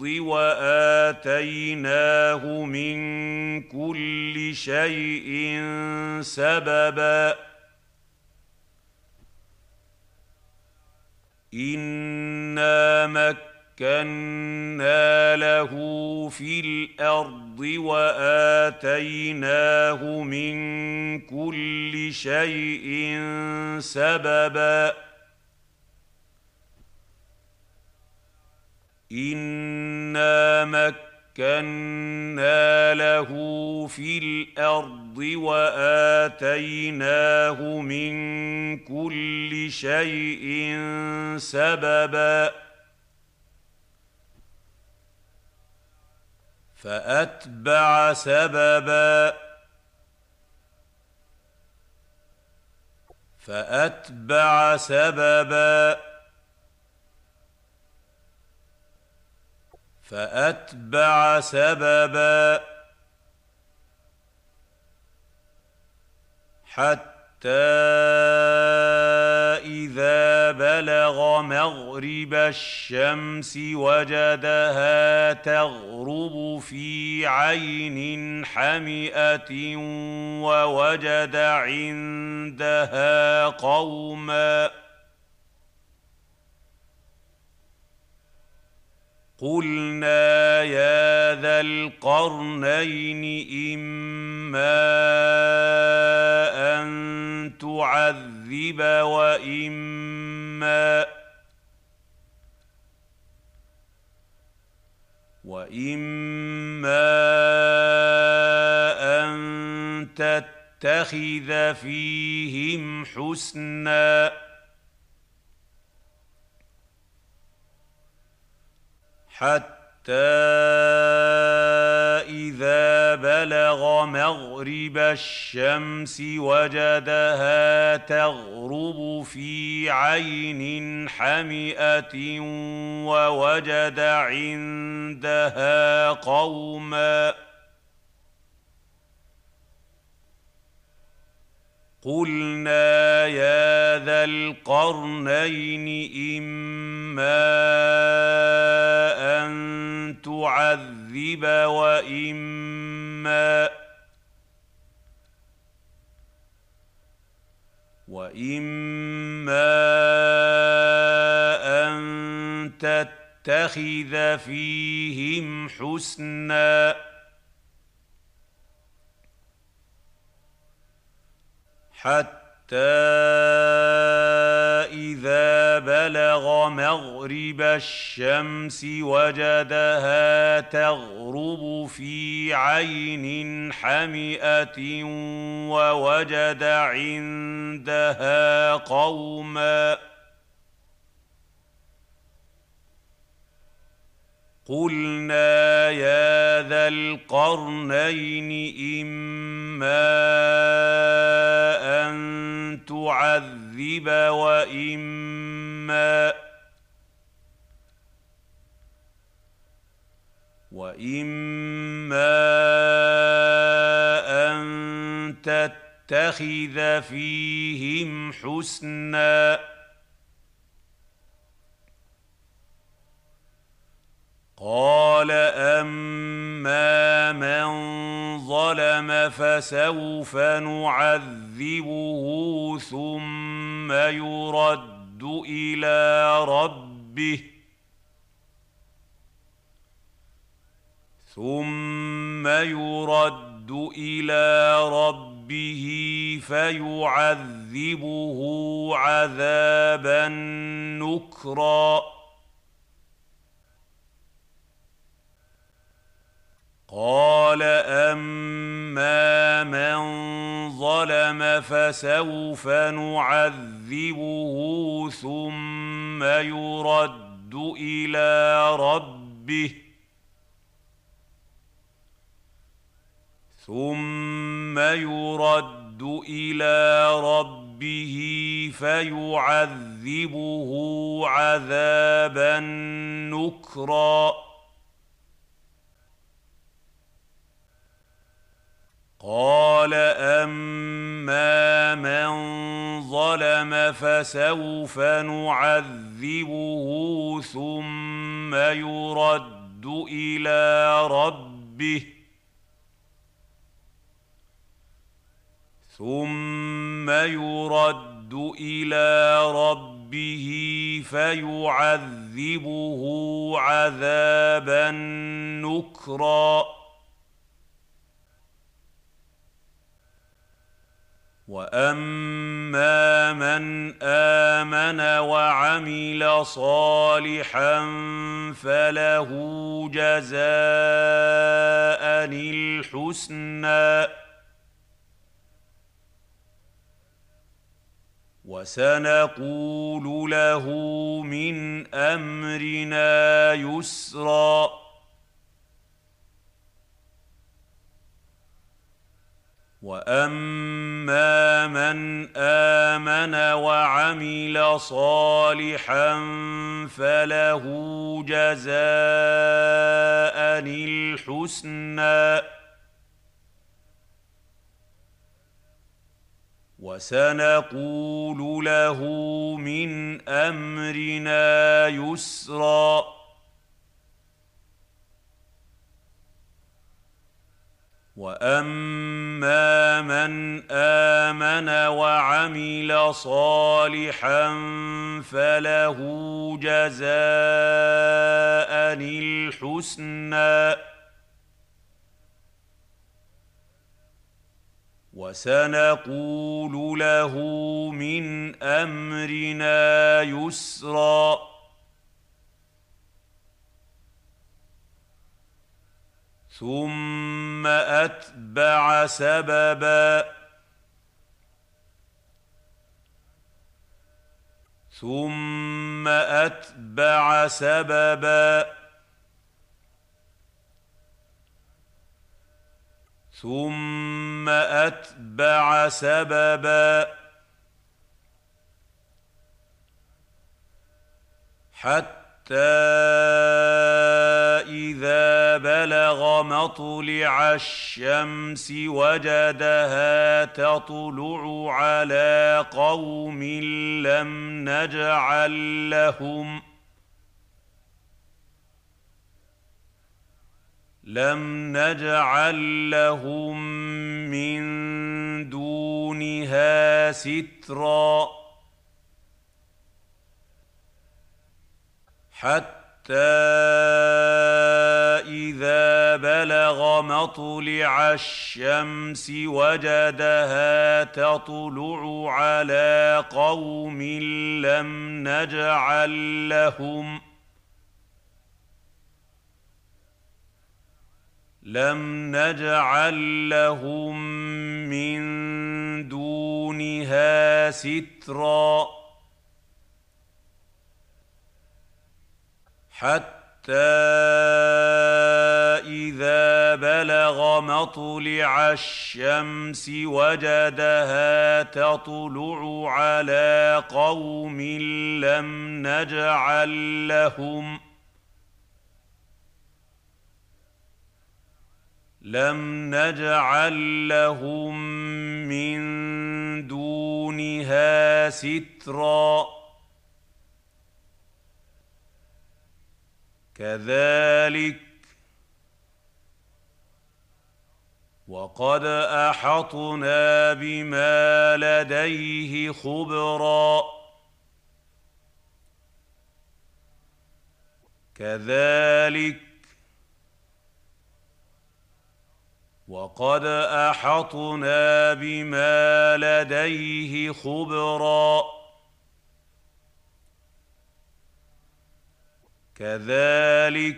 وآتيناه من كل شيء سببا إنا مكنا له في الأرض وآتيناه من كل شيء سببا إنا مكنا له في الأرض وآتيناه من كل شيء سببا فأتبع سببا فأتبع سببا فأتبع سببا حتى إذا بلغ مغرب الشمس وجدها تغرب في عين حمئة ووجد عندها قوما قلنا يا ذا القرنين إما أن تعذب وإما أن تتخذ فيهم حسنا حتى إذا بلغ مغرب الشمس وجدها تغرب في عين حمئة ووجد عندها قوما قلنا يا ذا القرنين إما أن تعذب وإما أن تتخذ فيهم حسنا حتى إذا بلغ مغرب الشمس وجدها تغرب في عين حمئة ووجد عندها قوما قلنا يا ذا القرنين إما أن تعذب وإما أن تتخذ فيهم حسنا قال أما من ظلم فسوف نعذبه ثم يرد إلى ربه فيعذبه عذابا نكرا قال أما من ظلم فسوف نعذبه ثم يرد إلى ربه فيعذبه عذابا نكرا قال أما من ظلم فسوف نعذبه ثم يرد إلى ربه فيعذبه عذابا نكرا وأما من آمن وعمل صالحا فله جزاء الحسنى وسنقول له من أمرنا يسرا وأما من آمن وعمل صالحا فله جزاء الحسنى وسنقول له من أمرنا يسرا وأما من آمن وعمل صالحا فله جزاء الحسنى وسنقول له من أمرنا يسرا ثم أتبع سببا ثم أتبع سببا ثم أتبع سببا حتى إذا بلغ مطلع الشمس وجدها تطلع على قوم لم نجعل لهم من دونها سترا حتى إذا بلغ مطلع الشمس وجدها تطلع على قوم لم نجعل لهم من دونها سترا حتى إذا بلغ مطلع الشمس وجدها تطلع على قوم لم نجعل لهم من دونها سترا كذلك وقد أحطنا بما لديه خبرا كذلك وقد أحطنا بما لديه خبرا كذلك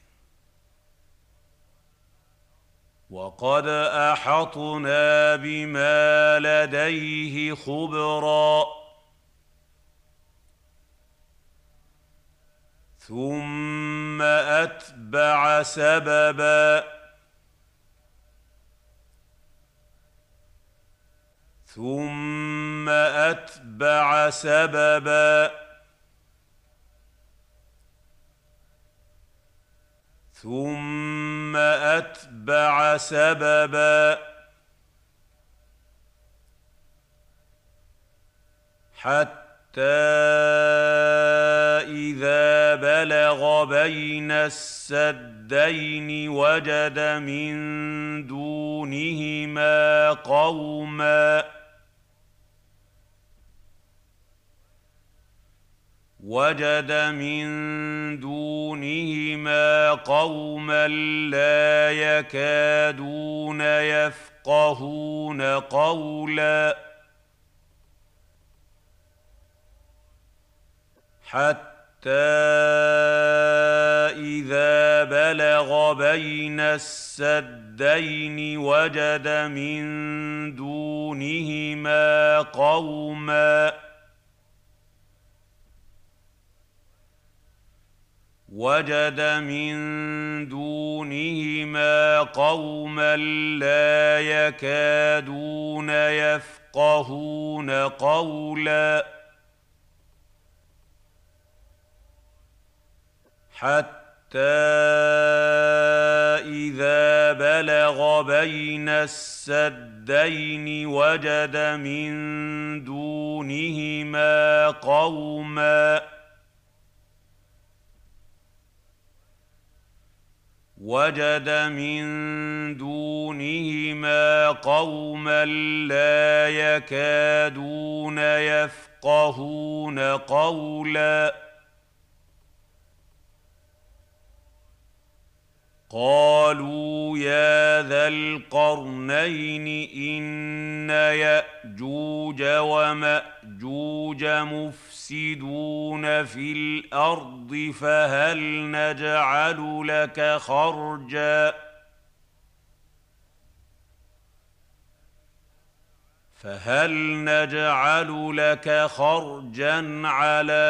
وقد أحطنا بما لديه خبرا ثم أتبع سببا ثم أتبع سببا ثم أتبع سببا حتى إذا بلغ بين السدين وجد من دونهما قوما لا يكادون يفقهون قولا حتى إذا بلغ بين السدين وجد من دونهما قوما لا يكادون يفقهون قولا حتى إذا بلغ بين السدين وجد من دونهما قوما لا يكادون يفقهون قولا قالوا يا ذا القرنين إن يأجوج ومأجوج مفسدون في الأرض فهل نجعل لك خرجا على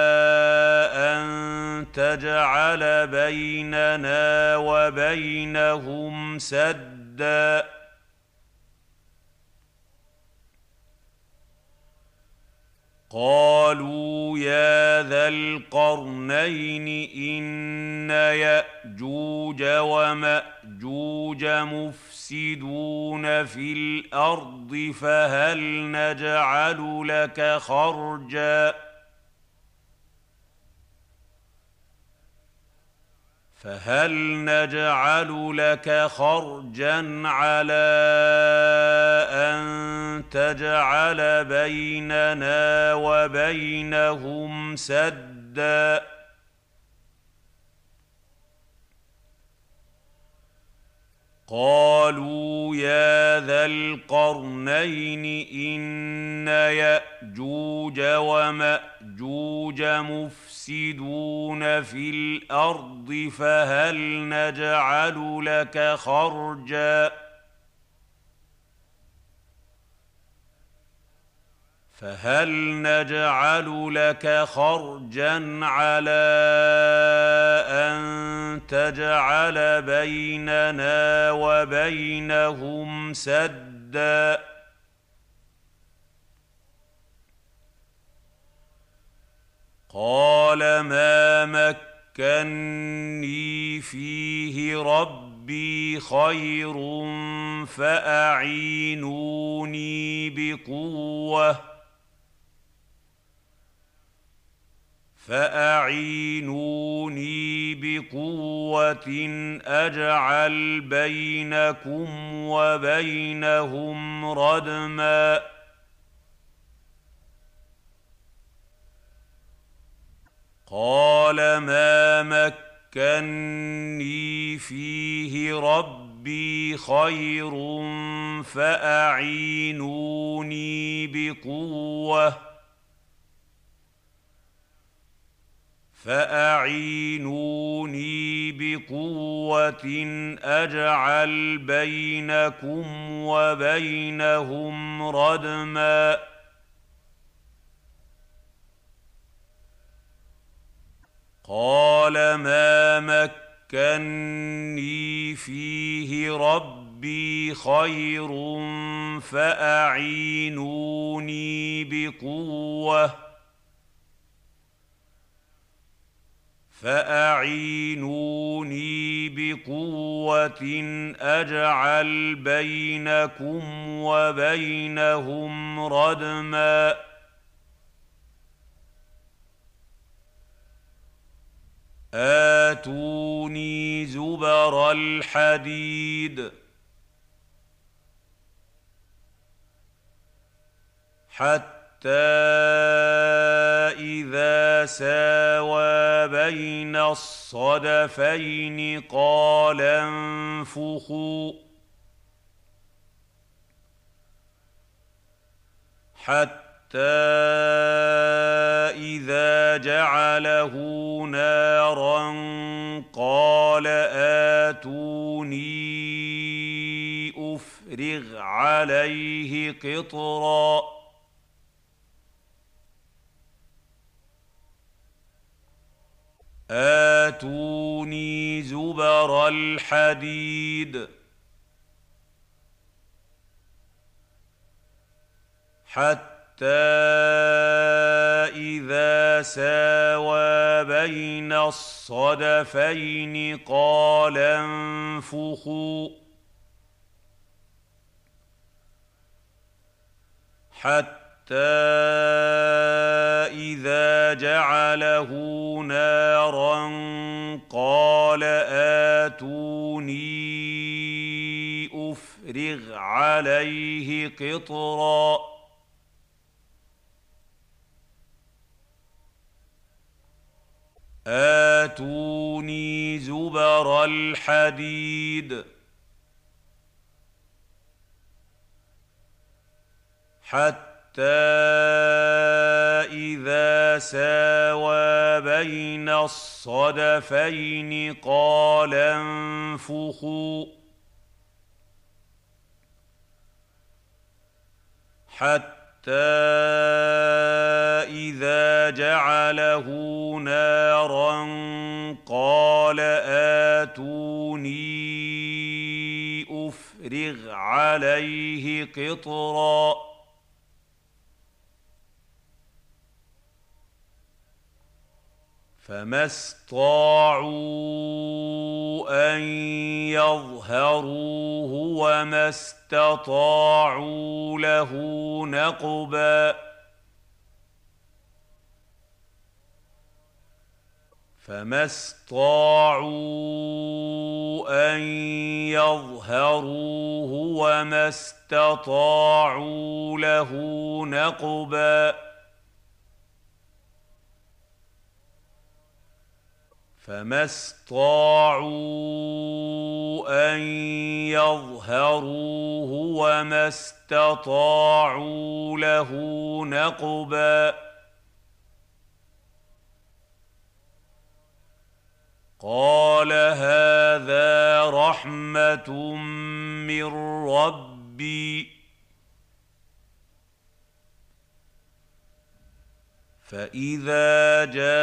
أن تجعل بيننا وبينهم سدا قالوا يا ذا القرنين إن يأجوج ومأجوج مفسدون في الأرض فهل نجعل لك خرجا على أن تجعل بيننا وبينهم سدا قالوا يا ذا القرنين إن يأجوج ومأجوج مفسدون في الأرض فهل نجعل لك خرجا على أن تجعل بيننا وبينهم سدا قال ما مكني فيه ربي خير فأعينوني بقوة أجعل بينكم وبينهم ردما قال ما مكني فيه ربي خير فأعينوني بقوة أجعل بينكم وبينهم ردما قال ما مكني فيه ربي خير فأعينوني بقوة أجعل بينكم وبينهم ردما آتوني زبر الحديد حتى إذا ساوى بين الصدفين قال انفخوا حتى إذا جعله نارا قال آتوني أفرغ عليه قطرا آتوني زبر الحديد حتى إذا ساوى بين الصدفين قال انفخوا حتى إذا جعله نارا قال آتوني أفرغ عليه قطرا آتوني زبر الحديد حتى إذا ساوى بين الصدفين قال انفخوا حتى إذا جعله نارا قال آتوني أفرغ عليه قطرا فما استطاعوا أن يظهروه وما استطاعوا له نقبا فما استطاعوا أن يظهروه وما استطاعوا له نقبا فما استطاعوا أن يظهروه وما استطاعوا له نقبا قال هذا رحمة من ربي فإذا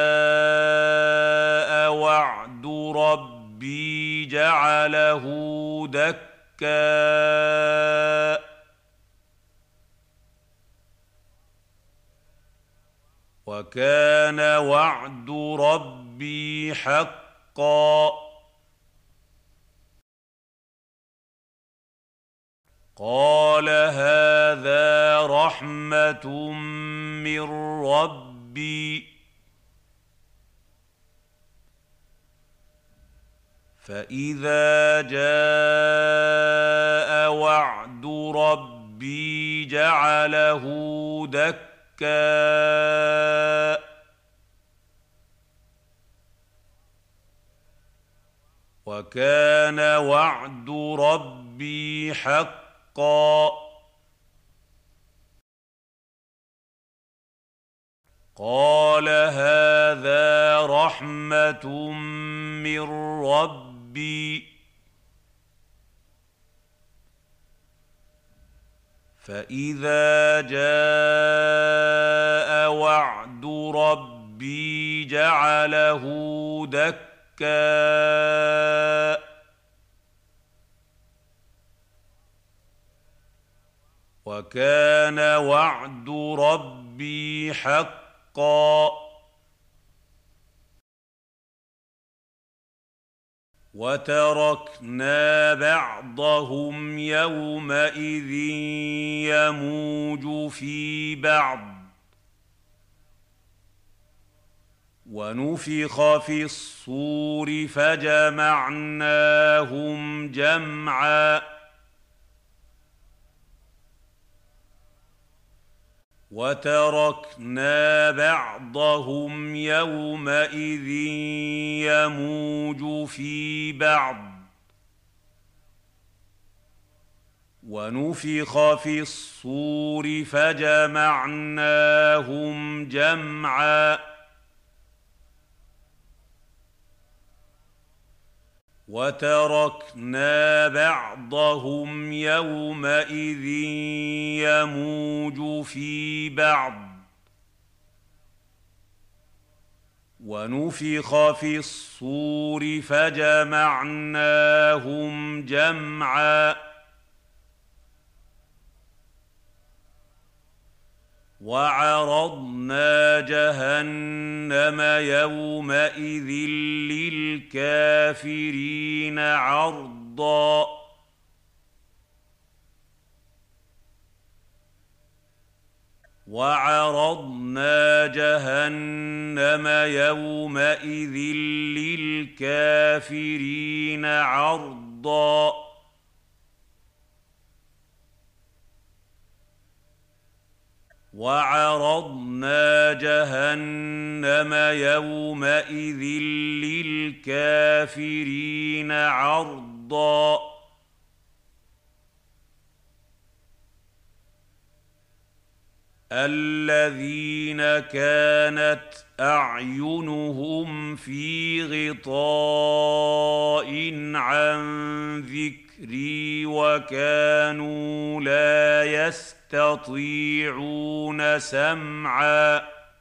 جاء وعد ربي جعله دكا وكان وعد ربي حقا قال هذا رحمة من ربي فإذا جاء وعد ربي جعله دكا وكان وعد ربي حقا قال هذا رحمة من ربي فإذا جاء وعد ربي جعله دكا وكان وعد ربي حقا وتركنا بعضهم يومئذ يموج في بعض ونفخ في الصور فجمعناهم جمعا وتركنا بعضهم يومئذ يموج في بعض ونفخ في الصور فجمعناهم جمعا وتركنا بعضهم يومئذ يموج في بعض ونفخ في الصور فجمعناهم جمعا وعرضنا جهنم يومئذ للكافرين عرضا وعرضنا جهنم يومئذ للكافرين عرضا وعرضنا جهنم يومئذ للكافرين عرضا الذين كانت أعينهم في غطاء عن ذكري وكانوا لا يستطيعون سمعا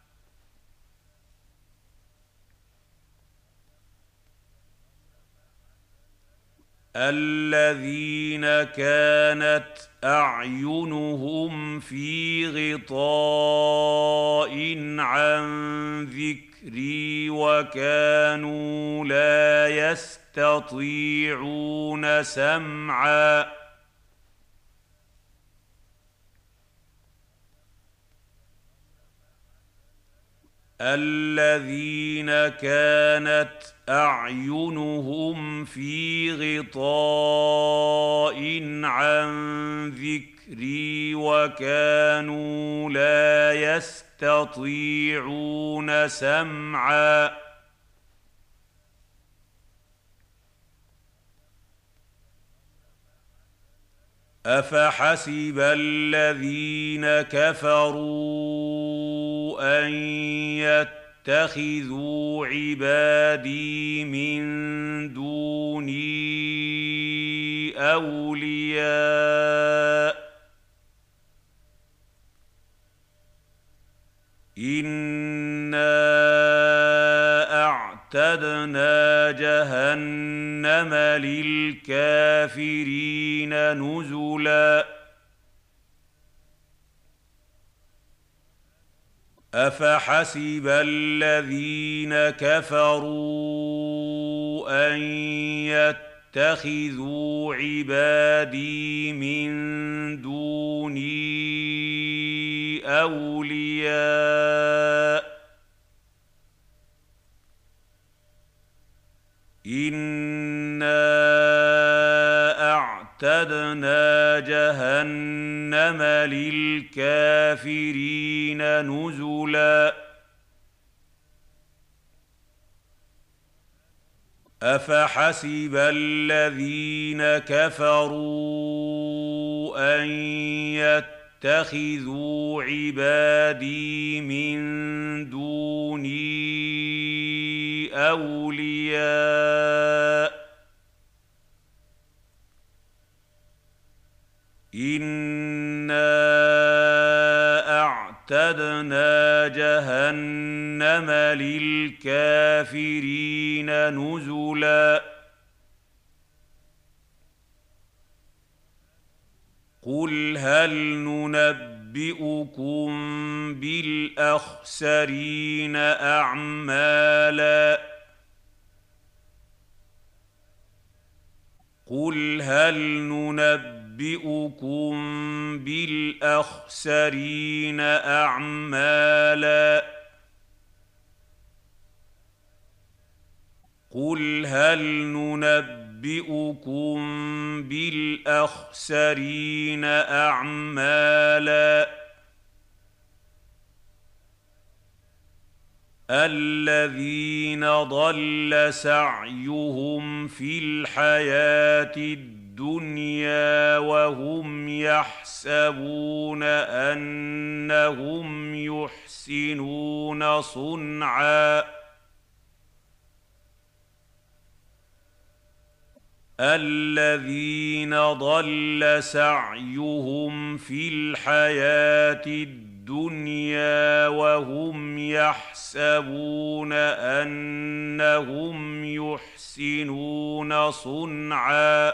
الذين كانت أعينهم في غطاء عن ذكري وكانوا لا يستطيعون سمعا الذين كانت أعينهم في غطاء عن ذكري وكانوا لا يستطيعون سمعا أفحسب الذين كفروا أن يتخذوا عبادي من دوني أولياء إنا أعتدنا جهنم للكافرين نزلا أفحسب الذين كفروا أن يتخذوا عبادي من دوني أولياء إنا أعتدنا جهنم للكافرين نزلا أفحسب الذين كفروا أن يتخذوا عبادي من دوني أولياء إنا أعتدنا جهنم للكافرين نزلا قل هل ننبئكم بالأخسرين أعمالا قل هل ننبئكم بالأخسرين أعمالا قل هل ننبئكم بالأخسرين أعمالا الذين ضل سعيهم في الحياة الدنيا وهم يحسبون أنهم يحسنون صنعا الذين ضل سعيهم في الحياة الدنيا وهم يحسبون أنهم يحسنون صنعا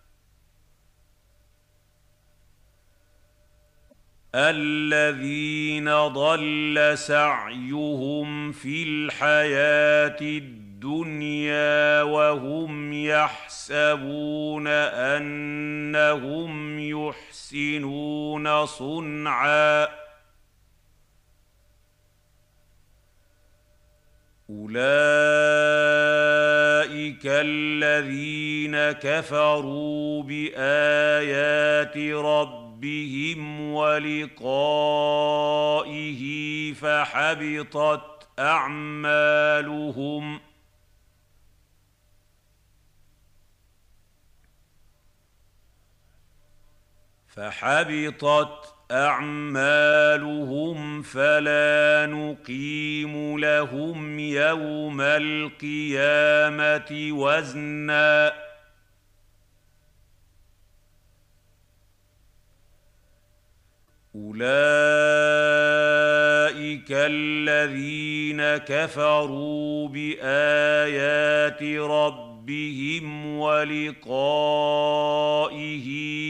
الذين ضل سعيهم في الحياة الدنيا وهم يحسبون أنهم يحسنون صنعا أولئك الذين كفروا بآيات ربهم ولقائه فحبطت أعمالهم فلا نقيم لهم يوم القيامة وزنا أولئك الذين كفروا بآيات ربهم ولقائه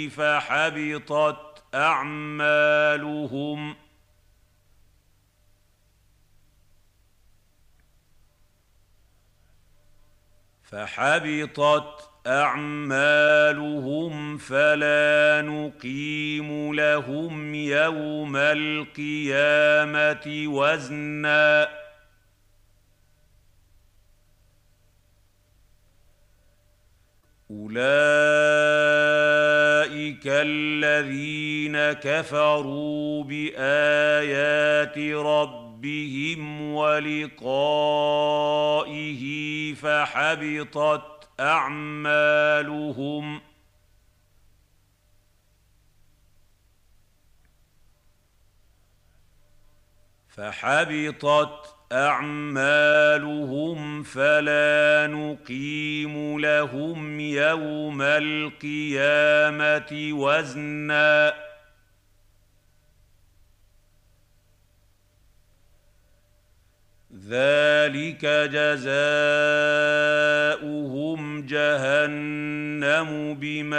فحبطت أعمالهم فلا نقيم لهم يوم القيامة وزنا أولئك الذين كفروا بآيات ربهم ولقائه فحبطت أعمالهم فلا نقيم لهم يوم القيامة وزنا ذلك جزاؤهم جهنم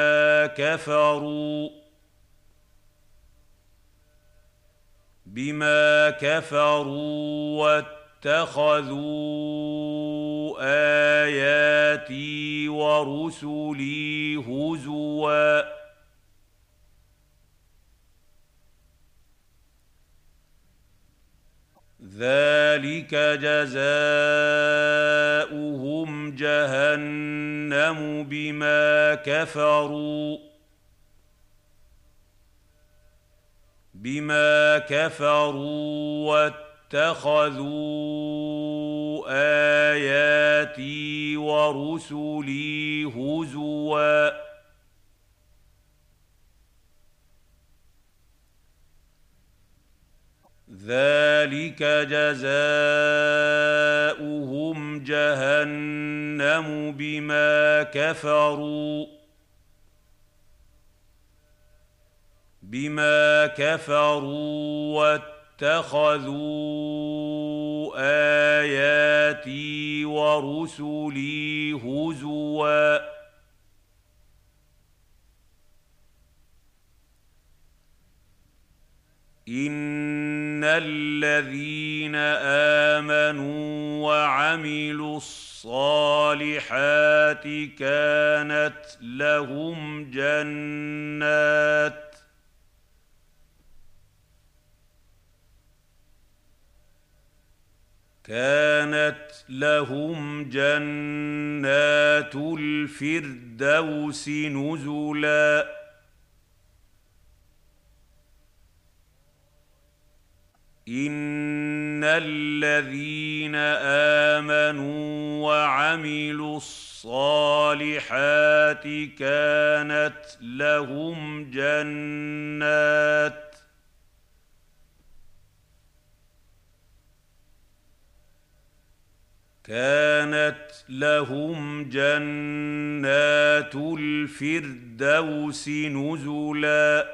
بما كفروا واتخذوا آياتي ورسلي هزوا ذلك جزاؤهم جهنم بما كفروا واتخذوا آياتي ورسلي هزوا ذلك جزاؤهم جهنم بما كفروا واتخذوا آياتي ورسلي هزوا إن الذين آمنوا وعملوا الصالحات كانت لهم جنات الفردوس نزلا إن الذين آمنوا وعملوا الصالحات كانت لهم جنات الفردوس نزلا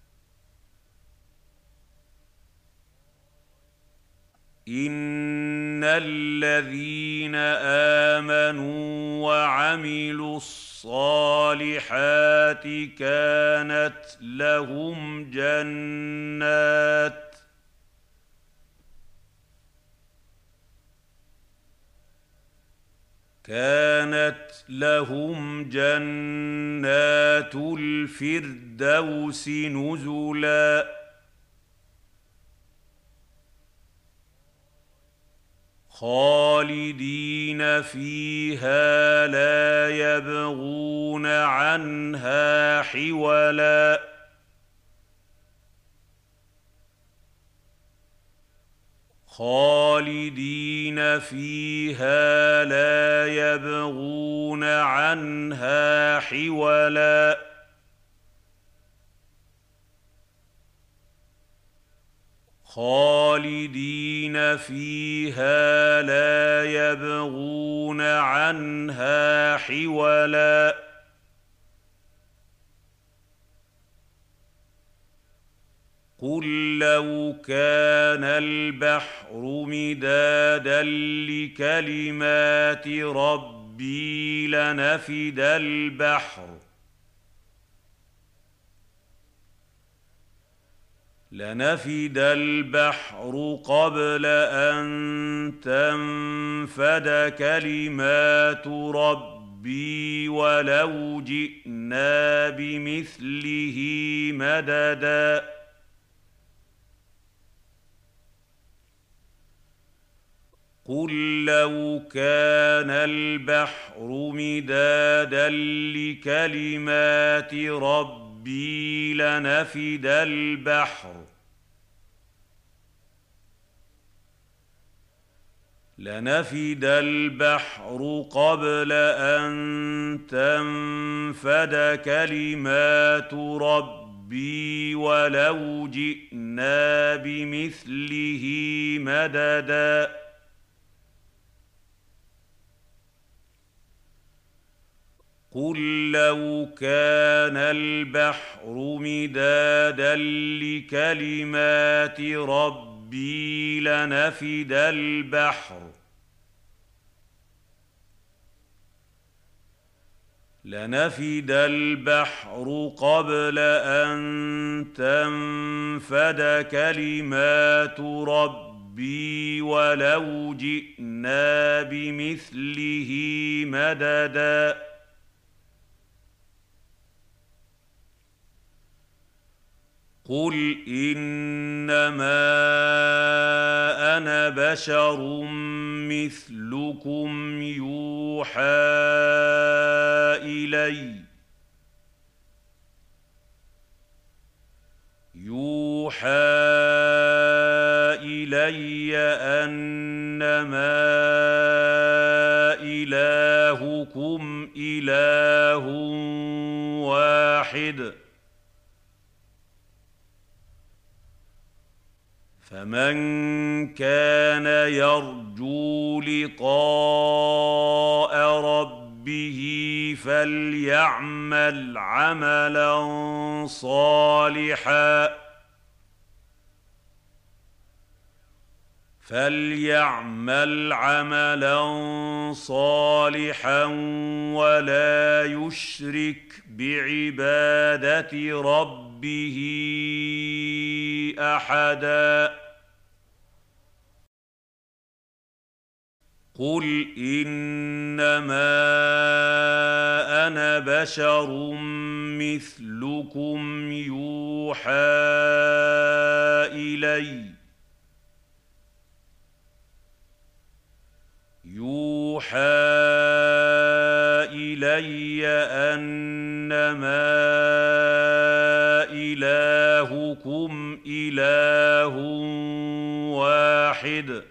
إن الذين آمنوا وعملوا الصالحات كانت لهم جنات الفردوس نزلا خالدين فيها لا يبغون عنها حولا خالدين فيها لا يبغون عنها حولا خالدين فيها لا يبغون عنها حولا قل لو كان البحر مدادا لكلمات ربي لنفد البحر قبل أن تنفد كلمات ربي ولو جئنا بمثله مددا قل لو كان البحر مدادا لكلمات ربي لنفد البحر قبل أن تنفد كلمات ربي ولو جئنا بمثله مددا قل لو كان البحر مدادا لكلمات ربي لنفد البحر قبل أن تنفد كلمات ربي ولو جئنا بمثله مددا قل إنما أنا بشر مثلكم يوحى إلي أنما إلهكم إله واحد فمن كان يرجو لقاء ربه فليعمل عملا صالحا ولا يشرك بعبادة ربه أحدا قل إنما أنا بشر مثلكم يوحى إلي أنما إلهكم إله واحد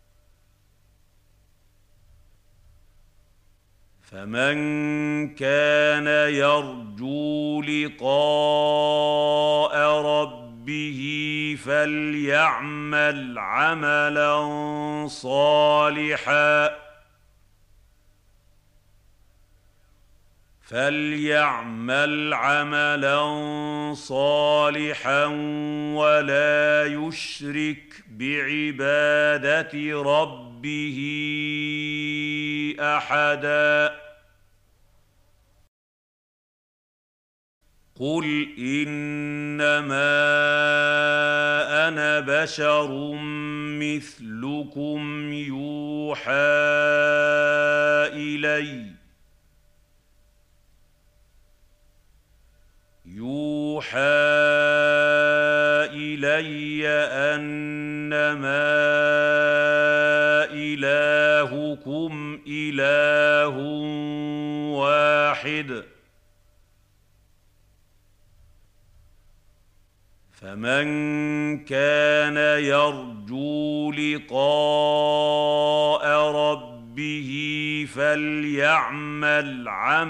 فمن كان يرجو لقاء ربه فليعمل عملا صالحا ولا يشرك بعبادة ربه أحدا قل إنما أنا بشر مثلكم يوحى إلي أنما إلهكم إله واحد فمن كان يرجو لقاء ربه فليعمل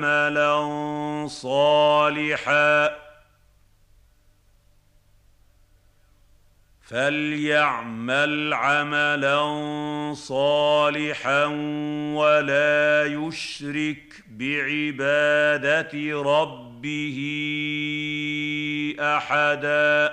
عملا صالحا ولا يشرك بعبادة ربه أحدا